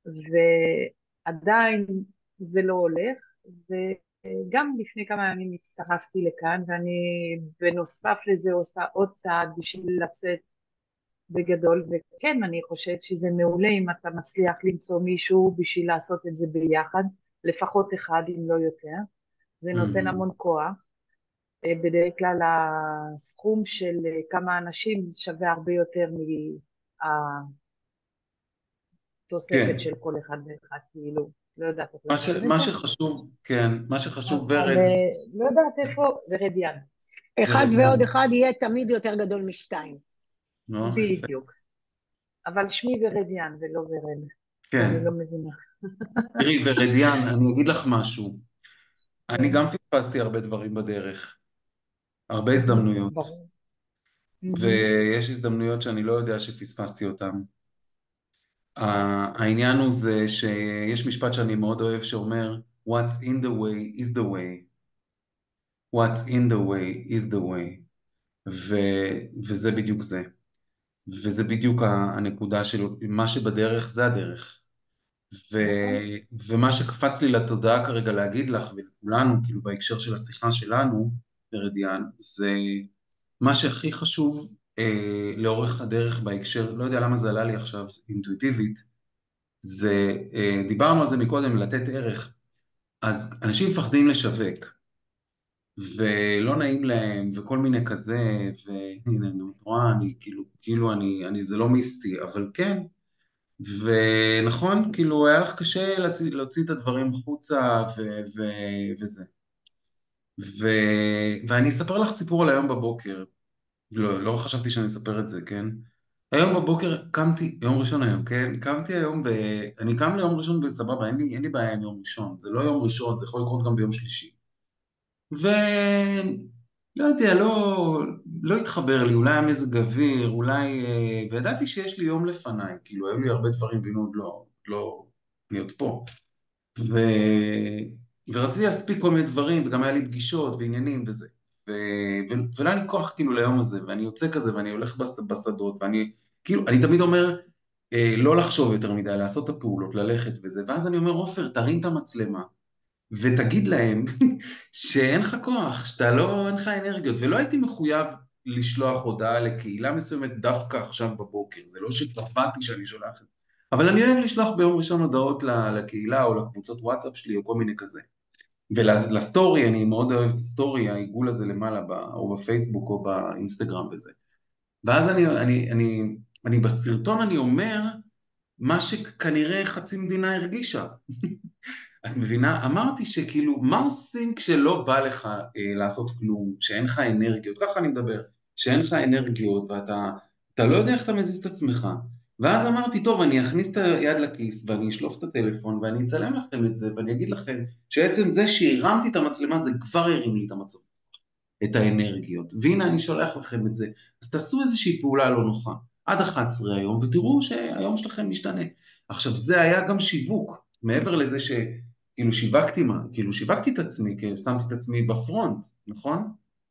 ועדיין זה לא הולך, וגם לפני כמה ימים הצטרפתי לכאן, ואני בנוסף לזה עושה עוד צעד בשביל לצאת בגדול, וכן, אני חושבת שזה מעולה אם אתה מצליח למצוא מישהו בשביל לעשות את זה ביחד, לפחות אחד אם לא יותר, זה נותן מהמם. המון כוח. אה, בדרך כלל הסכום של אה, כמה אנשים זה שווה הרבה יותר מהתוספת כן. של כל אחד ואחד, כאילו, לא יודעת איך מה ש- לתאר את מה זה, שחשוב, כן, מה שחשוב, אבל ורד, אה, לא יודעת איפה, ורדיאן, אחד ורד, ועוד אחד יהיה תמיד יותר גדול משתיים. נו, יפה. בדיוק, אבל שמי ורדיאן ולא ורד, כן. אני לא מבינה. תראי, ורדיאן, אני אגיד לך משהו. אני כן, גם פספסתי הרבה דברים בדרך, הרבה מהמם, הזדמנויות, ברור. מהמם, ויש הזדמנויות שאני לא יודע שפספסתי אותן. ה- העניין הוא זה שיש משפט שאני מאוד אוהב שאומר, What's in the way is the way. What's in the way is the way. ו, וזה בדיוק זה. וזה בדיוק ה- הנקודה של מה שבדרך זה הדרך. ו, נכון. ומה שקפץ לי לתודעה כרגע להגיד לך ולכולנו, כאילו בהקשר של השיחה שלנו, פרדיאן, זה מה שהכי חשוב אה, לאורך הדרך בהקשר, לא יודע למה זה עלה לי עכשיו אינטואיטיבית, זה, אה, דיברנו על זה מקודם, לתת ערך. אז אנשים מפחדים לשווק, ולא נעים להם, וכל מיני כזה, והנה, אני רואה, אני כאילו, כאילו אני, אני, זה לא מיסטי, אבל כן, ונכון, כאילו היה לך קשה להוציא, להוציא את הדברים החוצה ו, ו, וזה. ו, ואני אספר לך סיפור על היום בבוקר, לא, לא חשבתי שאני אספר את זה, כן? היום בבוקר קמתי, יום ראשון היום, כן? קמתי היום ב... אני קם ליום ראשון בסבבה, אין לי, אין לי בעיה עם יום ראשון, זה לא יום ראשון, זה יכול לקרות גם ביום שלישי. ולא יודע, לא, לא התחבר לי, אולי המזג אוויר, אולי... אה, וידעתי שיש לי יום לפניי, כאילו, היו לי הרבה דברים, והנה עוד לא, לא, אני עוד פה. ו... ורציתי להספיק כל מיני דברים, וגם היה לי פגישות ועניינים וזה. ו... ו... ולא היה לי כוח כאילו ליום הזה, ואני יוצא כזה, ואני הולך בש... בשדות, ואני, כאילו, אני תמיד אומר, אה, לא לחשוב יותר מדי, לעשות את הפעולות, ללכת וזה, ואז אני אומר, עופר, תרים את המצלמה, ותגיד להם שאין לך כוח, שאתה לא, אין לך אנרגיות, ולא הייתי מחויב לשלוח הודעה לקהילה מסוימת דווקא עכשיו בבוקר, זה לא שקבעתי שאני שולח את זה, אבל אני אוהב לשלוח ביום ראשון הודעות לקהילה או לקבוצות וואטסאפ שלי או כל מיני כזה. ולסטורי, אני מאוד אוהב את הסטורי, העיגול הזה למעלה, ב, או בפייסבוק או באינסטגרם וזה. ואז אני, אני, אני, אני בסרטון אני אומר, מה שכנראה חצי מדינה הרגישה. את מבינה? אמרתי שכאילו, מה עושים כשלא בא לך אה, לעשות כלום, שאין לך אנרגיות, ככה אני מדבר, שאין לך אנרגיות ואתה אתה לא יודע איך אתה מזיז את עצמך. ואז אמרתי, טוב, אני אכניס את היד לכיס ואני אשלוף את הטלפון ואני אצלם לכם את זה ואני אגיד לכם שעצם זה שהרמתי את המצלמה זה כבר הרים לי את המצב, את האנרגיות. והנה אני שולח לכם את זה. אז תעשו איזושהי פעולה לא נוחה, עד אחת עשרה היום, ותראו שהיום שלכם משתנה. עכשיו, זה היה גם שיווק, מעבר לזה שכאילו שיווקתי מה, כאילו שיווקתי את עצמי, כאילו שמתי את עצמי בפרונט, נכון?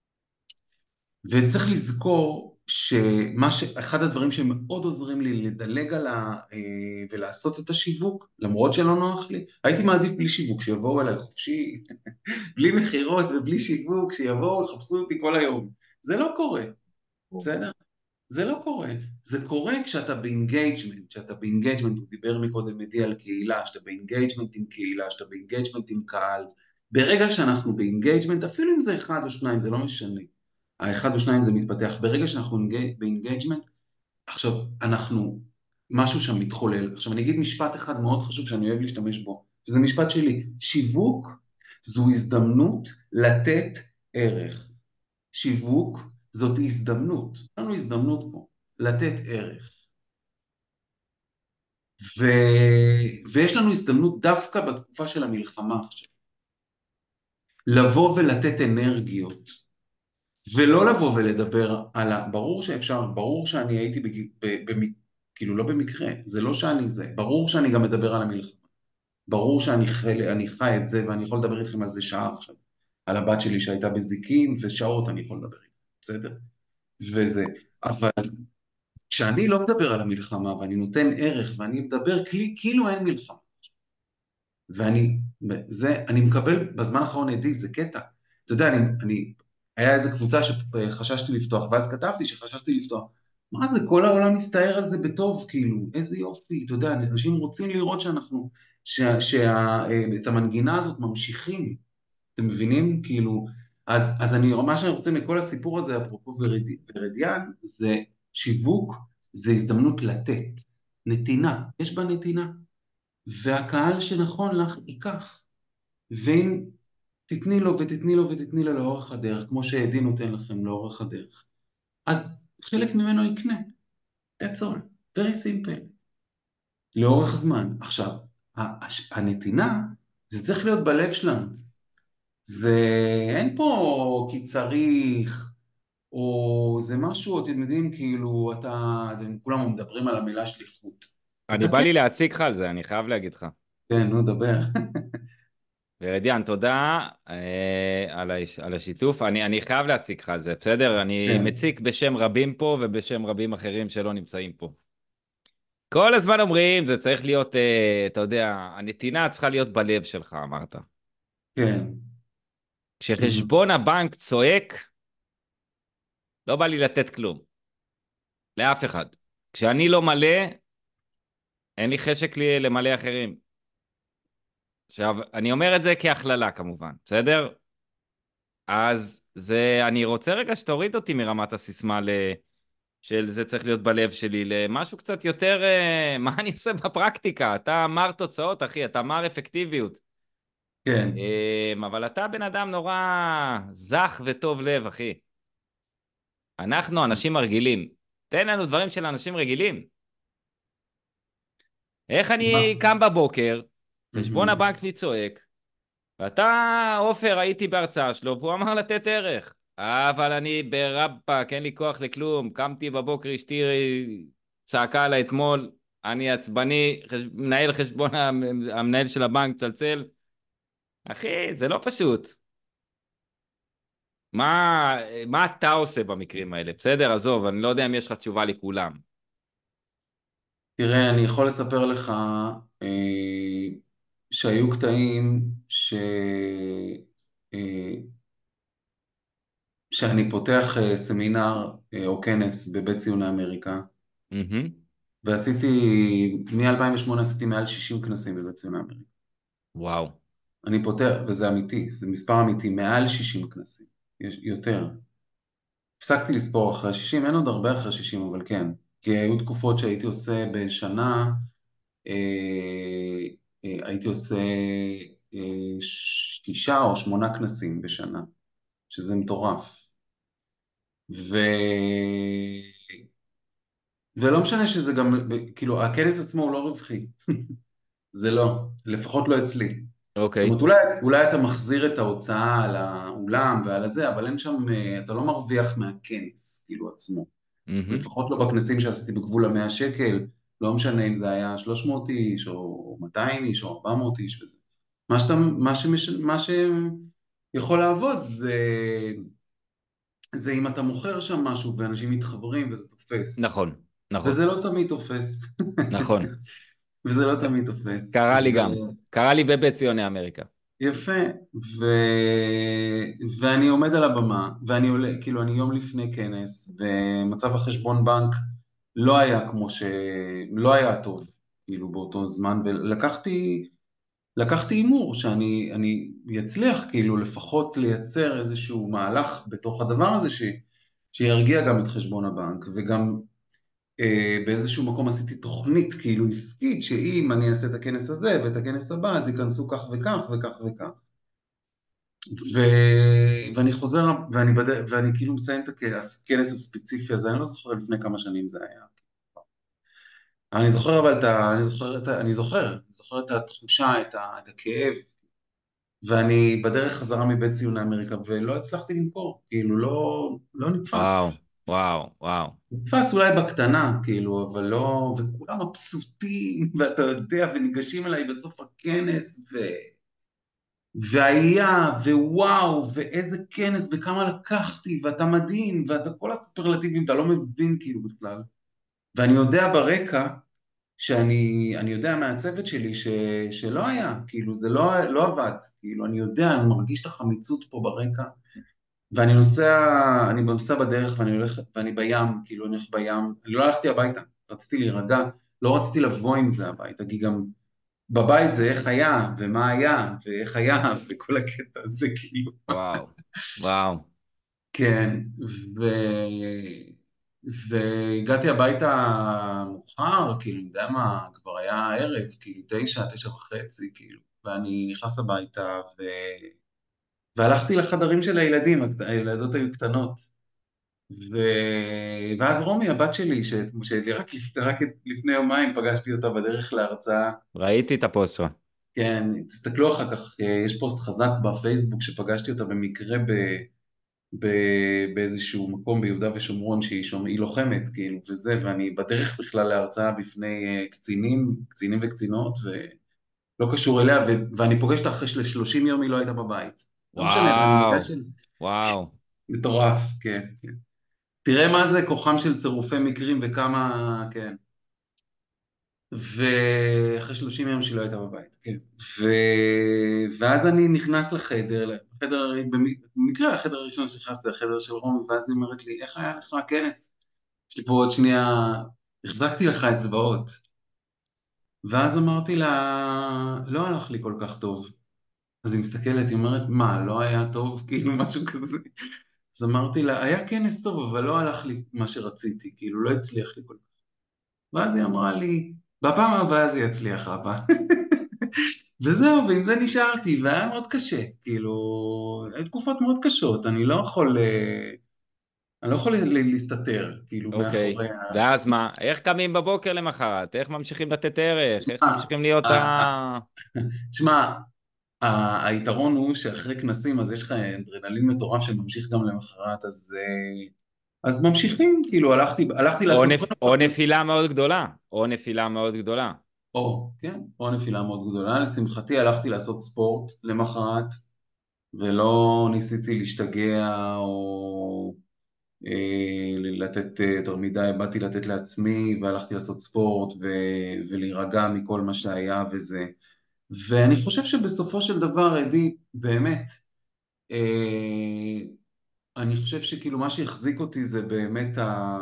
וצריך לזכור שמה ש... אחד הדברים שמאוד עוזרים לי לדלג על ה... אה, ולעשות את השיווק, למרות שלא נוח לי, הייתי מעדיף בלי שיווק, שיבואו אליי חופשי, בלי מחירות ובלי שיווק, שיבואו, יחפשו אותי כל היום. זה לא קורה. בסדר? זה לא קורה. זה קורה כשאתה באינגייג'מנט, כשאתה באינגייג'מנט, הוא דיבר מקודם מדי על קהילה, שאתה באינגייג'מנט עם קהילה, שאתה באינגייג'מנט עם קהל. ברגע שאנחנו באינגייג'מנט, אפילו אם זה אחד או שניים, זה לא משנה. האחד או שניים זה מתפתח. ברגע שאנחנו באינגייג'מנט, עכשיו אנחנו, משהו שם מתחולל. עכשיו אני אגיד משפט אחד מאוד חשוב שאני אוהב להשתמש בו, שזה משפט שלי. שיווק זו הזדמנות לתת ערך. שיווק זאת הזדמנות, יש לנו הזדמנות פה, לתת ערך. ו... ויש לנו הזדמנות דווקא בתקופה של המלחמה עכשיו, לבוא ולתת אנרגיות, ולא לבוא ולדבר על ה... ברור שאפשר, ברור שאני הייתי, בג... ב... ב... כאילו לא במקרה, זה לא שאני זה, ברור שאני גם מדבר על המלחמה, ברור שאני חי, אני חי את זה, ואני יכול לדבר איתכם על זה שעה עכשיו, על הבת שלי שהייתה בזיקים, ושעות אני יכול לדבר איתכם, בסדר? וזה, אבל כשאני לא מדבר על המלחמה, ואני נותן ערך, ואני מדבר כלי, כאילו אין מלחמה. ואני, זה, אני מקבל בזמן האחרון עדי, זה קטע. אתה יודע, אני, אני, היה איזו קבוצה שחששתי לפתוח, ואז כתבתי שחששתי לפתוח. מה זה, כל העולם מסתער על זה בטוב, כאילו, איזה יופי, אתה יודע, אנשים רוצים לראות שאנחנו, שה, שה, את המנגינה הזאת ממשיכים. אתם מבינים? כאילו, אז, אז אני, מה שאני רוצה מכל הסיפור הזה, אפרופו ורד- ורדיאן, זה שיווק, זה הזדמנות לתת, נתינה, יש בה נתינה, והקהל שנכון לך ייקח, ואם תתני לו ותתני לו ותתני לו לאורך הדרך, כמו שעדי נותן לכם לאורך הדרך, אז חלק ממנו יקנה, that's all, very simple, לאורך זמן. עכשיו, הנתינה, זה צריך להיות בלב שלנו, זה, אין פה כי צריך, או זה משהו, אתם יודעים, כאילו, אתה, אתם כולם מדברים על המילה שליחות. אני אתה בא כן, לי להציג לך על זה, אני חייב להגיד לך. כן, נו, דבר. ורדיאן, תודה אה, על, הש, על השיתוף. אני, אני חייב להציג לך על זה, בסדר? אני כן, מציג בשם רבים פה ובשם רבים אחרים שלא נמצאים פה. כל הזמן אומרים, זה צריך להיות, אה, אתה יודע, הנתינה צריכה להיות בלב שלך, אמרת. כן. כשחשבון הבנק צועק, לא בא לי לתת כלום. לאף אחד. כשאני לא מלא, אין לי חשק לי למלא אחרים. עכשיו, אני אומר את זה כהכללה כמובן, בסדר? אז זה, אני רוצה רגע שתוריד אותי מרמת הסיסמה ל... של זה צריך להיות בלב שלי, למשהו קצת יותר, אה, מה אני עושה בפרקטיקה? אתה אמר תוצאות, אחי, אתה אמר אפקטיביות. כן. אה, אבל אתה בן אדם נורא זך וטוב לב, אחי. אנחנו אנשים רגילים. תן לנו דברים של אנשים רגילים. איך אני מה? קם בבוקר, חשבון מהמם. הבנק שלי צועק, ואתה, עופר, הייתי בהרצאה שלו, והוא אמר לתת ערך. אבל אני ברבק, אין לי כוח לכלום. קמתי בבוקר, אשתי צעקה עליי אתמול, אני עצבני, חש... מנהל חשבון, המנהל של הבנק צלצל. אחי, זה לא פשוט. מה, מה אתה עושה במקרים האלה? בסדר, עזוב, אני לא יודע אם יש לך תשובה לכולם. תראה, אני יכול לספר לך אה, שהיו קטעים ש... אה, שאני פותח אה, סמינר אה, או כנס בבית ציוני אמריקה, מהמם. ועשיתי, מ-אלפיים ושמונה עשיתי מעל שישים כנסים בבית ציוני אמריקה. וואו. אני פותח, וזה אמיתי, זה מספר אמיתי, מעל שישים כנסים, יש- יותר. הפסקתי לספור אחרי שישים, אין עוד הרבה אחרי שישים, אבל כן. כי היו תקופות שהייתי עושה בשנה, אה, אה, הייתי עושה אה, שישה או שמונה כנסים בשנה, שזה מטורף. ו... ולא משנה שזה גם, כאילו, הכנס עצמו הוא לא רווחי. זה לא, לפחות לא אצלי. זאת אוקיי. אומרת, אולי, אולי אתה מחזיר את ההוצאה על האולם ועל הזה, אבל אין שם, אה, אתה לא מרוויח מהכנס, כאילו עצמו. מהמם. לפחות לא בכנסים שעשיתי בגבול המאה שקל, לא משנה אם זה היה שלוש מאות איש, או מאתיים איש, או ארבע מאות איש וזה. מה שאתה, מה שמש, מה שיכול לעבוד זה, זה אם אתה מוכר שם משהו ואנשים מתחברים וזה תופס. נכון, נכון, וזה לא תמיד תופס. נכון. וזה לא תמיד תופס. קרה לי ו... גם. קרה לי בבית ציוני אמריקה. יפה, ו... ואני עומד על הבמה, ואני עולה, כאילו אני יום לפני כנס, ומצב החשבון בנק לא היה כמו ש... לא היה טוב, כאילו באותו זמן, ולקחתי לקחתי הימור שאני אני אצליח כאילו לפחות לייצר איזשהו מהלך בתוך הדבר הזה ש... שירגיע גם את חשבון הבנק, וגם אה, באיזשהו מקום עשיתי תוכנית כאילו עסקית, שאם אני אעשה את הכנס הזה ואת הכנס הבא, אז ייכנסו כך וכך וכך וכך. ו... ואני חוזר, ואני, בד... ואני כאילו מסיים את הכנס, הכנס הספציפי הזה, אני לא זוכר לפני כמה שנים זה היה. אני זוכר אבל את ה... אני זוכר, את ה... אני זוכר, אני זוכר את התחושה, את, ה... את הכאב, ואני בדרך חזרה מבית ציוני אמריקה, ולא הצלחתי למכור, כאילו לא, לא וואו, נתפס. וואו, וואו. נתפס אולי בקטנה, כאילו, אבל לא, וכולם מבסוטים, ואתה יודע, וניגשים אליי בסוף הכנס, ו... והיה, ווואו, ואיזה כנס, וכמה לקחתי, ואתה מדהים, ואתה כל הסופרלטיבים, אתה לא מבין כאילו בכלל. ואני יודע ברקע, שאני אני יודע מהצוות שלי ש, שלא היה, כאילו זה לא, לא עבד, כאילו אני יודע, אני מרגיש את החמיצות פה ברקע, ואני נוסע, אני נוסע בדרך ואני הולך, ואני בים, כאילו אני הולך בים, אני לא הלכתי הביתה, רציתי להירגע, לא רציתי לבוא עם זה הביתה, כי גם בבית זה איך היה, ומה היה, ואיך היה, וכל הקטע הזה כאילו. וואו, וואו. כן, ו... והגעתי הביתה מאוחר, כאילו, אני יודע מה, כבר היה ערב, כאילו, תשע, תשע וחצי, כאילו, ואני נכנס הביתה, ו... והלכתי לחדרים של הילדים, הילדות היו קטנות, ו... ואז רומי, הבת שלי, ש... שרק לפני, רק לפני יומיים פגשתי אותה בדרך להרצאה, ראיתי את הפוסט שלך. כן, תסתכלו אחר כך, יש פוסט חזק בפייסבוק שפגשתי אותה במקרה ב... ב- באיזשהו מקום ביהודה ושומרון שהיא שומע, היא לוחמת כאילו וזה, ואני בדרך בכלל להרצאה בפני אה, קצינים, קצינים וקצינות, ולא קשור אליה, ו- ואני פוגש אותה אחרי שלושים יום היא לא הייתה בבית. לא משנה, זה מקרה וואו, של וואו. מטורף, כן, כן. תראה מה זה כוחם של צירופי מקרים וכמה, כן. ואחרי שלושים יום שהיא לא הייתה בבית, כן. ו... ואז אני נכנס לחדר, לחדר, במקרה החדר הראשון שנכנסתי לחדר של רומי, ואז היא אומרת לי, איך היה לך הכנס? יש לי פה עוד שנייה, החזקתי לך אצבעות. ואז אמרתי לה, לא הלך לי כל כך טוב. אז היא מסתכלת, היא אומרת, מה, לא היה טוב? כאילו משהו כזה. אז אמרתי לה, היה כנס טוב, אבל לא הלך לי מה שרציתי, כאילו לא הצליח לי כל כך. ואז היא אמרה לי, בפעם הבאה זה יצליח אבא. וזהו, ועם זה נשארתי, והיה מאוד קשה, כאילו, היו תקופות מאוד קשות, אני לא יכול, אה, אני לא יכול ל- להסתתר, כאילו, אוקיי. מאחורי ה... ואז מה? איך קמים בבוקר למחרת? איך ממשיכים לתת ערך? איך תשמע, ממשיכים להיות ה- ה- ה... תשמע, ה- היתרון הוא שאחרי כנסים, אז יש לך אדרנלין מטורף שממשיך גם למחרת, אז, אה, אז ממשיכים, כאילו, הלכתי, הלכתי או לעשות... נפ... או נפילה מאוד גדולה. או נפילה מאוד גדולה. או, כן, או נפילה מאוד גדולה, לשמחתי הלכתי לעשות ספורט למחרת, ולא ניסיתי להשתגע או אה, לתת אה, יותר מדי, באתי לתת לעצמי והלכתי לעשות ספורט ו, ולהירגע מכל מה שהיה וזה. ואני חושב שבסופו של דבר, עדי, באמת, אה, אני חושב שכאילו מה שהחזיק אותי זה באמת ה,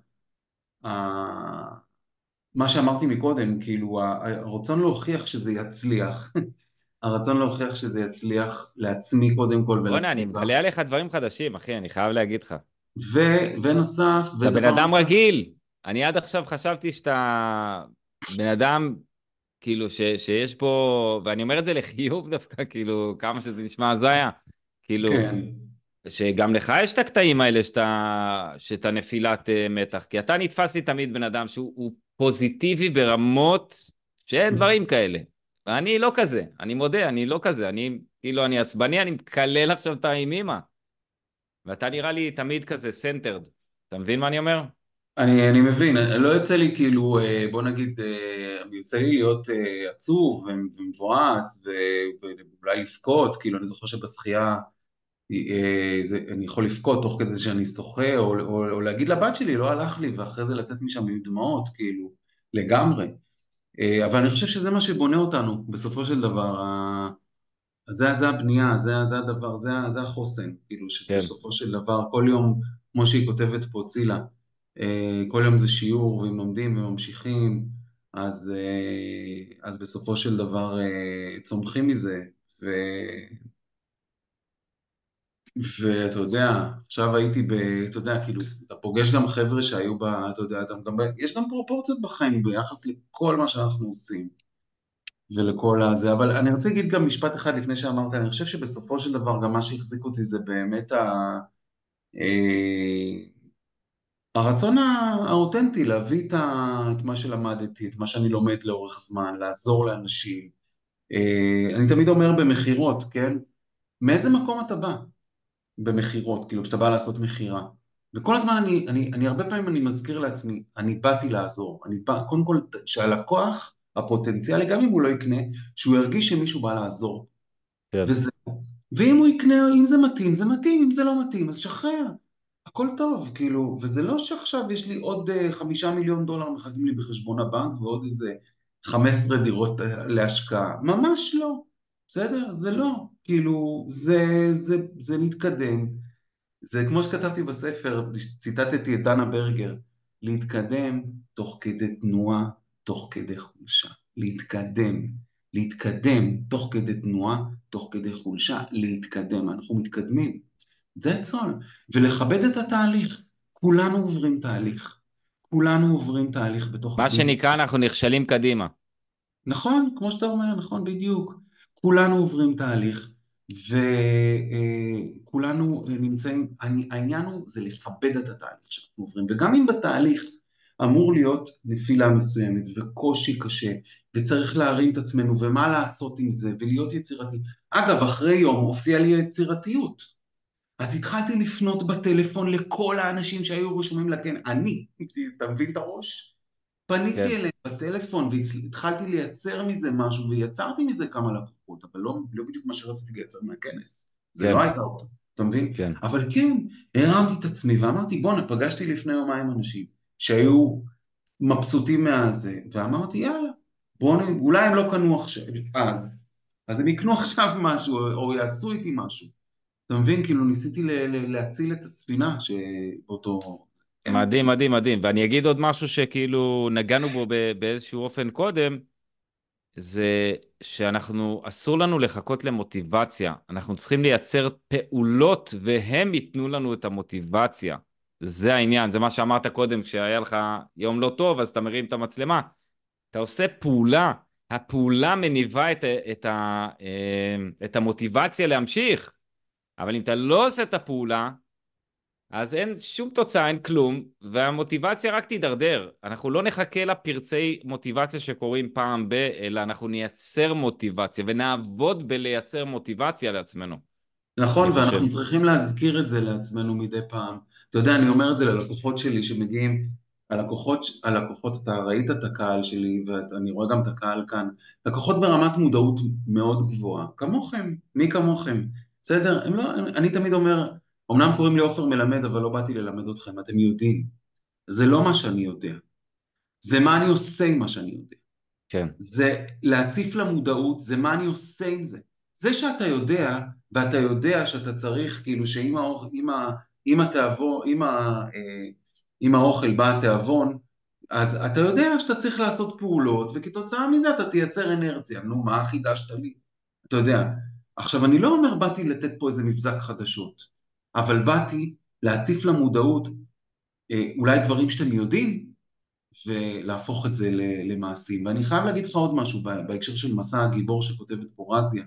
ה, מה שאמרתי מקודם, כאילו ה- הרצון להוכיח שזה יצליח, הרצון להוכיח שזה יצליח לעצמי קודם כל בוא'נה, אני ולסביבה. מגלה עליך דברים חדשים, אחי, אני חייב להגיד לך. ו, ונוסף, אתה בן ודבר אדם נוסף, רגיל. אני עד עכשיו חשבתי שאתה בן אדם, כאילו, ש, שיש פה, ואני אומר את זה לחיוב דווקא, כאילו, כמה שזה נשמע הזיה. כאילו, כן, שגם לך יש את הקטעים האלה שאתה, שאתה נפילת אה, מתח, כי אתה נתפס לי תמיד בן אדם שהוא הוא פוזיטיבי ברמות שאין דברים כאלה. ואני לא כזה, אני מודה, אני לא כזה, אני, כאילו, אני עצבני, אני מקלל עכשיו את האימימה. ואתה נראה לי תמיד כזה סנטרד. אתה מבין מה אני אומר? אני, אני מבין, לא יוצא לי כאילו, אה, בוא נגיד, אה, יוצא לי להיות אה, עצוב ו- ומבואס ו- ואולי לבכות, כאילו אני זוכר שבשחייה אה, זה, אני יכול לבכות תוך כדי שאני שוחה, או, או, או להגיד לבת שלי, לא הלך לי, ואחרי זה לצאת משם עם דמעות, כאילו, לגמרי. אה, אבל אני חושב שזה מה שבונה אותנו, בסופו של דבר. אז זה, זה הבנייה, זה, זה הדבר, זה, זה החוסן, כאילו כן. שבסופו של דבר, כל יום, כמו שהיא כותבת פה, צילה, אה, כל יום זה שיעור, והם לומדים וממשיכים, אז, אה, אז בסופו של דבר אה, צומחים מזה, ו, ואתה יודע, עכשיו הייתי ב... אתה יודע, כאילו, אתה פוגש גם חבר'ה שהיו ב... אתה יודע, אתה גם... יש גם פרופורציות בחיים ביחס לכל מה שאנחנו עושים, ולכל הזה, אבל אני רוצה להגיד גם משפט אחד לפני שאמרת, אני חושב שבסופו של דבר גם מה שהחזיק אותי זה באמת ה... אה, הרצון האותנטי להביא את, ה... את מה שלמדתי, את מה שאני לומד לאורך זמן, לעזור לאנשים. אה, אני תמיד אומר במחירות, כן? מאיזה מקום אתה בא? במחירות, כאילו כשאתה בא לעשות מחירה. וכל הזמן אני, אני, אני הרבה פעמים אני מזכיר לעצמי, אני באתי לעזור, אני בא, קודם כל שהלקוח הפוטנציאלי, גם אם הוא לא יקנה, שהוא ירגיש שמישהו בא לעזור. כן. וזה, ואם הוא יקנה, אם זה מתאים, זה מתאים, אם זה לא מתאים, אז שחרר. הכל טוב, כאילו, וזה לא שעכשיו יש לי עוד uh, חמישה מיליון דולר מחכים לי בחשבון הבנק, ועוד איזה חמש עשרה דירות uh, להשקעה. ממש לא. בסדר? זה לא. כאילו, זה, זה, זה מתקדם. זה כמו שכתבתי בספר, ציטטתי את דנה ברגר, להתקדם תוך כדי תנועה, תוך כדי חולשה. להתקדם, להתקדם תוך כדי תנועה, תוך כדי חולשה, להתקדם. אנחנו מתקדמים. That's all. ולכבד את התהליך. כולנו עוברים תהליך. כולנו עוברים תהליך בתוך מה הביזנס. שנקרא, אנחנו נכשלים קדימה. נכון, כמו שאתה אומר, נכון, בדיוק. כולנו עוברים תהליך, וכולנו נמצאים, העניין הוא זה לכבד את התהליך שאנחנו עוברים, וגם אם בתהליך אמור להיות נפילה מסוימת, וקושי קשה, וצריך להרים את עצמנו, ומה לעשות עם זה, ולהיות יצירתי. אגב, אחרי יום הופיע לי יצירתיות. אז התחלתי לפנות בטלפון לכל האנשים שהיו רשומים לכן, אני, אתה מבין את הראש? פניתי כן. אליהם בטלפון והתחלתי לייצר מזה משהו, ויצרתי מזה כמה לקוחות, אבל לא, לא בדיוק מה שרציתי לייצר מהכנס. זה כן. לא הייתה אותו, אתה מבין? כן. אבל כן, הרמתי את עצמי ואמרתי, בוא'נה, פגשתי לפני יומיים אנשים שהיו מבסוטים מהזה, ואמרתי, יאללה, בואו, אולי הם לא קנו עכשיו, אז, אז הם יקנו עכשיו משהו, או יעשו איתי משהו. אתה מבין? כאילו ניסיתי ל- ל- להציל את הספינה שבאותו... כן. מדהים, מדהים, מדהים. ואני אגיד עוד משהו שכאילו נגענו בו ב- באיזשהו אופן קודם, זה שאנחנו, אסור לנו לחכות למוטיבציה. אנחנו צריכים לייצר פעולות והם ייתנו לנו את המוטיבציה. זה העניין, זה מה שאמרת קודם, כשהיה לך יום לא טוב, אז אתה מרים את המצלמה. אתה עושה פעולה, הפעולה מניבה את, את, ה, את המוטיבציה להמשיך. אבל אם אתה לא עושה את הפעולה, אז אין שום תוצאה, אין כלום, והמוטיבציה רק תידרדר. אנחנו לא נחכה לפרצי מוטיבציה שקורים פעם ב, אלא אנחנו נייצר מוטיבציה, ונעבוד בלייצר מוטיבציה לעצמנו. נכון, אני ואנחנו חושב. צריכים להזכיר את זה לעצמנו מדי פעם. אתה יודע, אני אומר את זה ללקוחות שלי שמגיעים, הלקוחות, הלקוחות, אתה ראית את הקהל שלי, ואני רואה גם את הקהל כאן, לקוחות ברמת מודעות מאוד גבוהה, כמוכם, מי כמוכם, בסדר? הם לא, אני תמיד אומר, אמנם קוראים לי עופר מלמד, אבל לא באתי ללמד אתכם, אתם יודעים, זה לא מה שאני יודע, זה מה אני עושה עם מה שאני יודע. כן. זה להציף למודעות, זה מה אני עושה עם זה. זה שאתה יודע, ואתה יודע שאתה צריך, כאילו שאם האוכל, אם ה, אם התיאבון, אם ה, אה, אם האוכל בא התיאבון, אז אתה יודע שאתה צריך לעשות פעולות, וכתוצאה מזה אתה תייצר אנרציה. נו, מה חידשת לי? אתה יודע. עכשיו, אני לא אומר, באתי לתת פה איזה מבזק חדשות, אבל באתי להציף למודעות, אה, אולי דברים שאתם יודעים, ולהפוך את זה למעשים. ואני חייב להגיד לך עוד משהו בהקשר של מסע הגיבור שכותבת פה רזיה.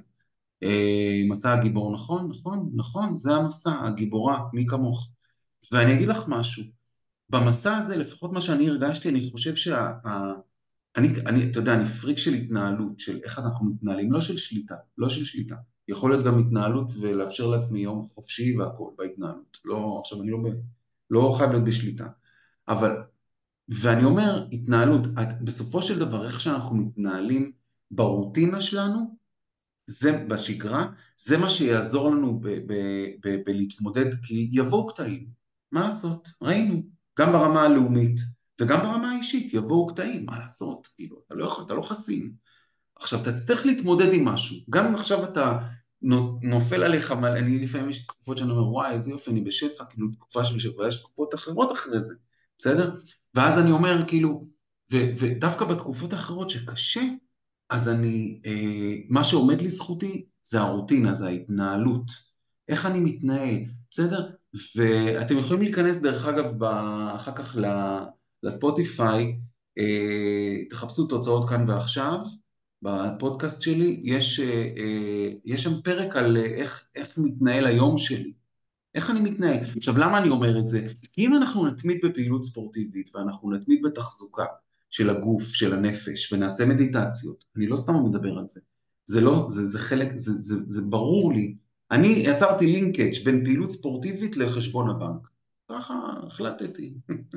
מסע הגיבור, נכון, נכון, נכון, זה המסע, הגיבורה, מי כמוך. ואני אגיד לך משהו, במסע הזה, לפחות מה שאני הרגשתי, אני חושב שה... אני, אני, אתה יודע, אני פריק של התנהלות, של איך אנחנו מתנהלים, לא של שליטה, לא של שליטה. יכול להיות גם התנהלות ולאפשר לעצמי יום חופשי והכל בהתנהלות. לא, עכשיו אני לא, לא חייב להיות בשליטה. אבל ואני אומר, התנהלות, בסופו של דבר, איך שאנחנו מתנהלים ברוטינה שלנו, זה בשגרה, זה מה שיעזור לנו ב- ב- ב- בלהתמודד, כי יבואו קטעים, מה לעשות? ראינו, גם ברמה הלאומית, וגם ברמה האישית, יבואו קטעים, מה לעשות? כאילו, אתה לא יכול, אתה לא חסין. עכשיו, אתה צריך להתמודד עם משהו, גם אם עכשיו אתה נו- נופל עליך, אבל אני לפעמים יש תקופות שאני אומר, וואי, איזה יופי, אני בשפע, כאילו תקופה של שפע, יש תקופות אחרות אחרי זה, בסדר? ואז אני אומר, כאילו, ו- ודווקא בתקופות האחרות שקשה, אז אני, אה, מה שעומד לזכותי זה הרוטינה, זה ההתנהלות. איך אני מתנהל, בסדר? ואתם יכולים להיכנס דרך אגב, ב- אחר כך ל- לספוטיפיי, אה, תחפשו תוצאות כאן ועכשיו, בפודקאסט שלי, יש, אה, אה, יש שם פרק על אה, איך, איך מתנהל היום שלי. איך אני מתנהל? עכשיו, למה אני אומר את זה? כי אם אנחנו נתמיד בפעילות ספורטיבית, ואנחנו נתמיד בתחזוקה של הגוף, של הנפש, ונעשה מדיטציות, אני לא סתם מדבר על זה, זה לא, זה, זה חלק, זה, זה, זה ברור לי. אני יצרתי לינקג' בין פעילות ספורטיבית לחשבון הבנק. ככה החלטתי.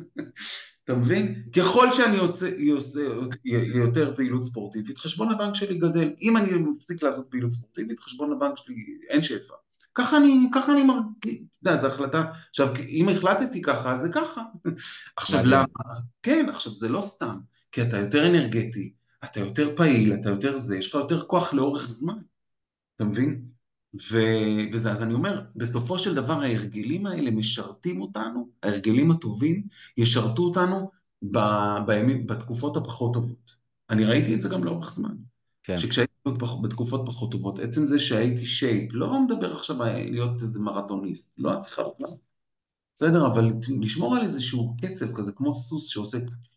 אתה מבין? ככל שאני יוצא, יוצא יותר פעילות ספורטיבית, חשבון הבנק שלי גדל. אם אני מפסיק לעשות פעילות ספורטיבית, חשבון הבנק שלי אין שפע. ככה אני, ככה אני מרגיש, אתה יודע, זו החלטה. עכשיו, אם החלטתי ככה, אז זה ככה. עכשיו, למה? מדהים. כן, עכשיו, זה לא סתם, כי אתה יותר אנרגטי, אתה יותר פעיל, אתה יותר זה, יש לך יותר כוח לאורך זמן. אתה מבין? ו... וזה, אז אני אומר, בסופו של דבר ההרגלים האלה משרתים אותנו, ההרגלים הטובים ישרתו אותנו ב... בימים, בתקופות הפחות טובות. אני ראיתי את זה גם לאורך זמן. כן. שכשהייתי בפח... בתקופות פחות טובות, עצם זה שהייתי שייפ, לא מדבר עכשיו על להיות איזה מרתוניסט, לא השיחה בכלל. בסדר, אבל לשמור על איזשהו קצב כזה, כמו סוס שעושה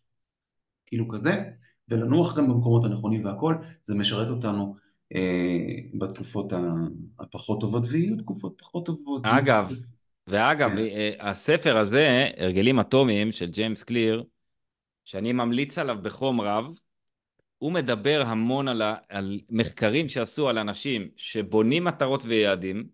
כאילו כזה, ולנוח גם במקומות הנכונים והכל, זה משרת אותנו אה, בתקופות ה- הפחות טובות, ויהיו תקופות פחות טובות, ויהיו אגב, תקופות... ואגב, כן, אה, הספר הזה, הרגלים אטומיים של ג'יימס קליר, שאני ממליץ עליו בחום רב, הוא מדבר המון על, ה, על מחקרים שעשו על אנשים שבונים מטרות ויעדים,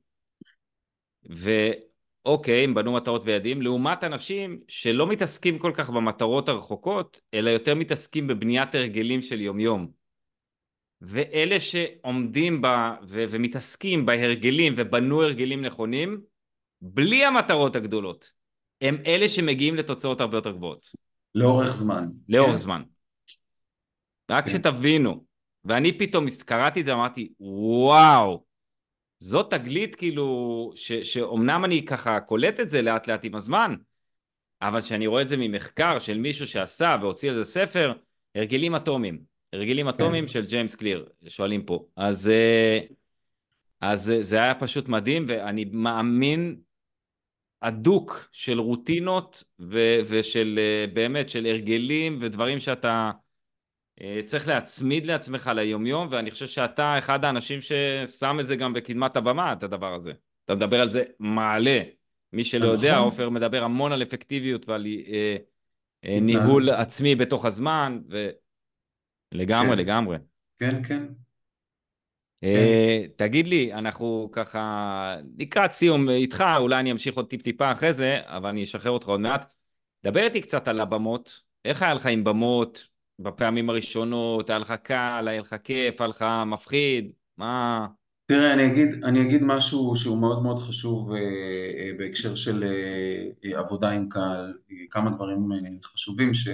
ואוקיי, הם בנו מטרות ויעדים, לעומת אנשים שלא מתעסקים כל כך במטרות הרחוקות, אלא יותר מתעסקים בבניית הרגלים של יומיום. ואלה שעומדים בה ו- ומתעסקים בהרגלים ובנו הרגלים נכונים, בלי המטרות הגדולות, הם אלה שמגיעים לתוצאות הרבה יותר גבוהות, לאורך זמן, לאורך כן, זמן. רק כן, שתבינו, ואני פתאום קראתי את זה, אמרתי, וואו, זאת תגלית כאילו, ש- שאומנם אני ככה קולט את זה לאט לאט עם הזמן, אבל שאני רואה את זה ממחקר של מישהו שעשה והוציא על זה ספר, הרגלים אטומיים, הרגלים כן. אטומיים של ג'יימס קליר, שואלים פה. אז, אה, אז זה היה פשוט מדהים, ואני מאמין הדוק של רוטינות ו- ושל אה, באמת של הרגלים ודברים שאתה אה, צריך להצמיד לעצמך ליומיום, ואני חושב שאתה אחד האנשים ששם את זה גם בקדמת הבמה, את הדבר הזה. אתה מדבר על זה מעלה. מי שלא יודע, נכון, עופר מדבר המון על אפקטיביות ועל אה, אה, ניהול התנהלות, עצמי בתוך הזמן, ולגמרי, כן, לגמרי. כן, כן, כן. אה, תגיד לי, אנחנו ככה לקראת סיום איתך, אולי אני אמשיך עוד טיפ טיפה אחרי זה, אבל אני אשחרר אותך עוד מעט. דבר איתי קצת על הבמות, איך היה לך עם במות בפעמים הראשונות, היה לך קל, היה לך כיף, היה לך מפחיד, מה? תראה, אני אגיד, אני אגיד משהו שהוא מאוד מאוד חשוב אה, אה, בהקשר של אה, אה, עבודה עם קהל, אה, כמה דברים אה, חשובים ש...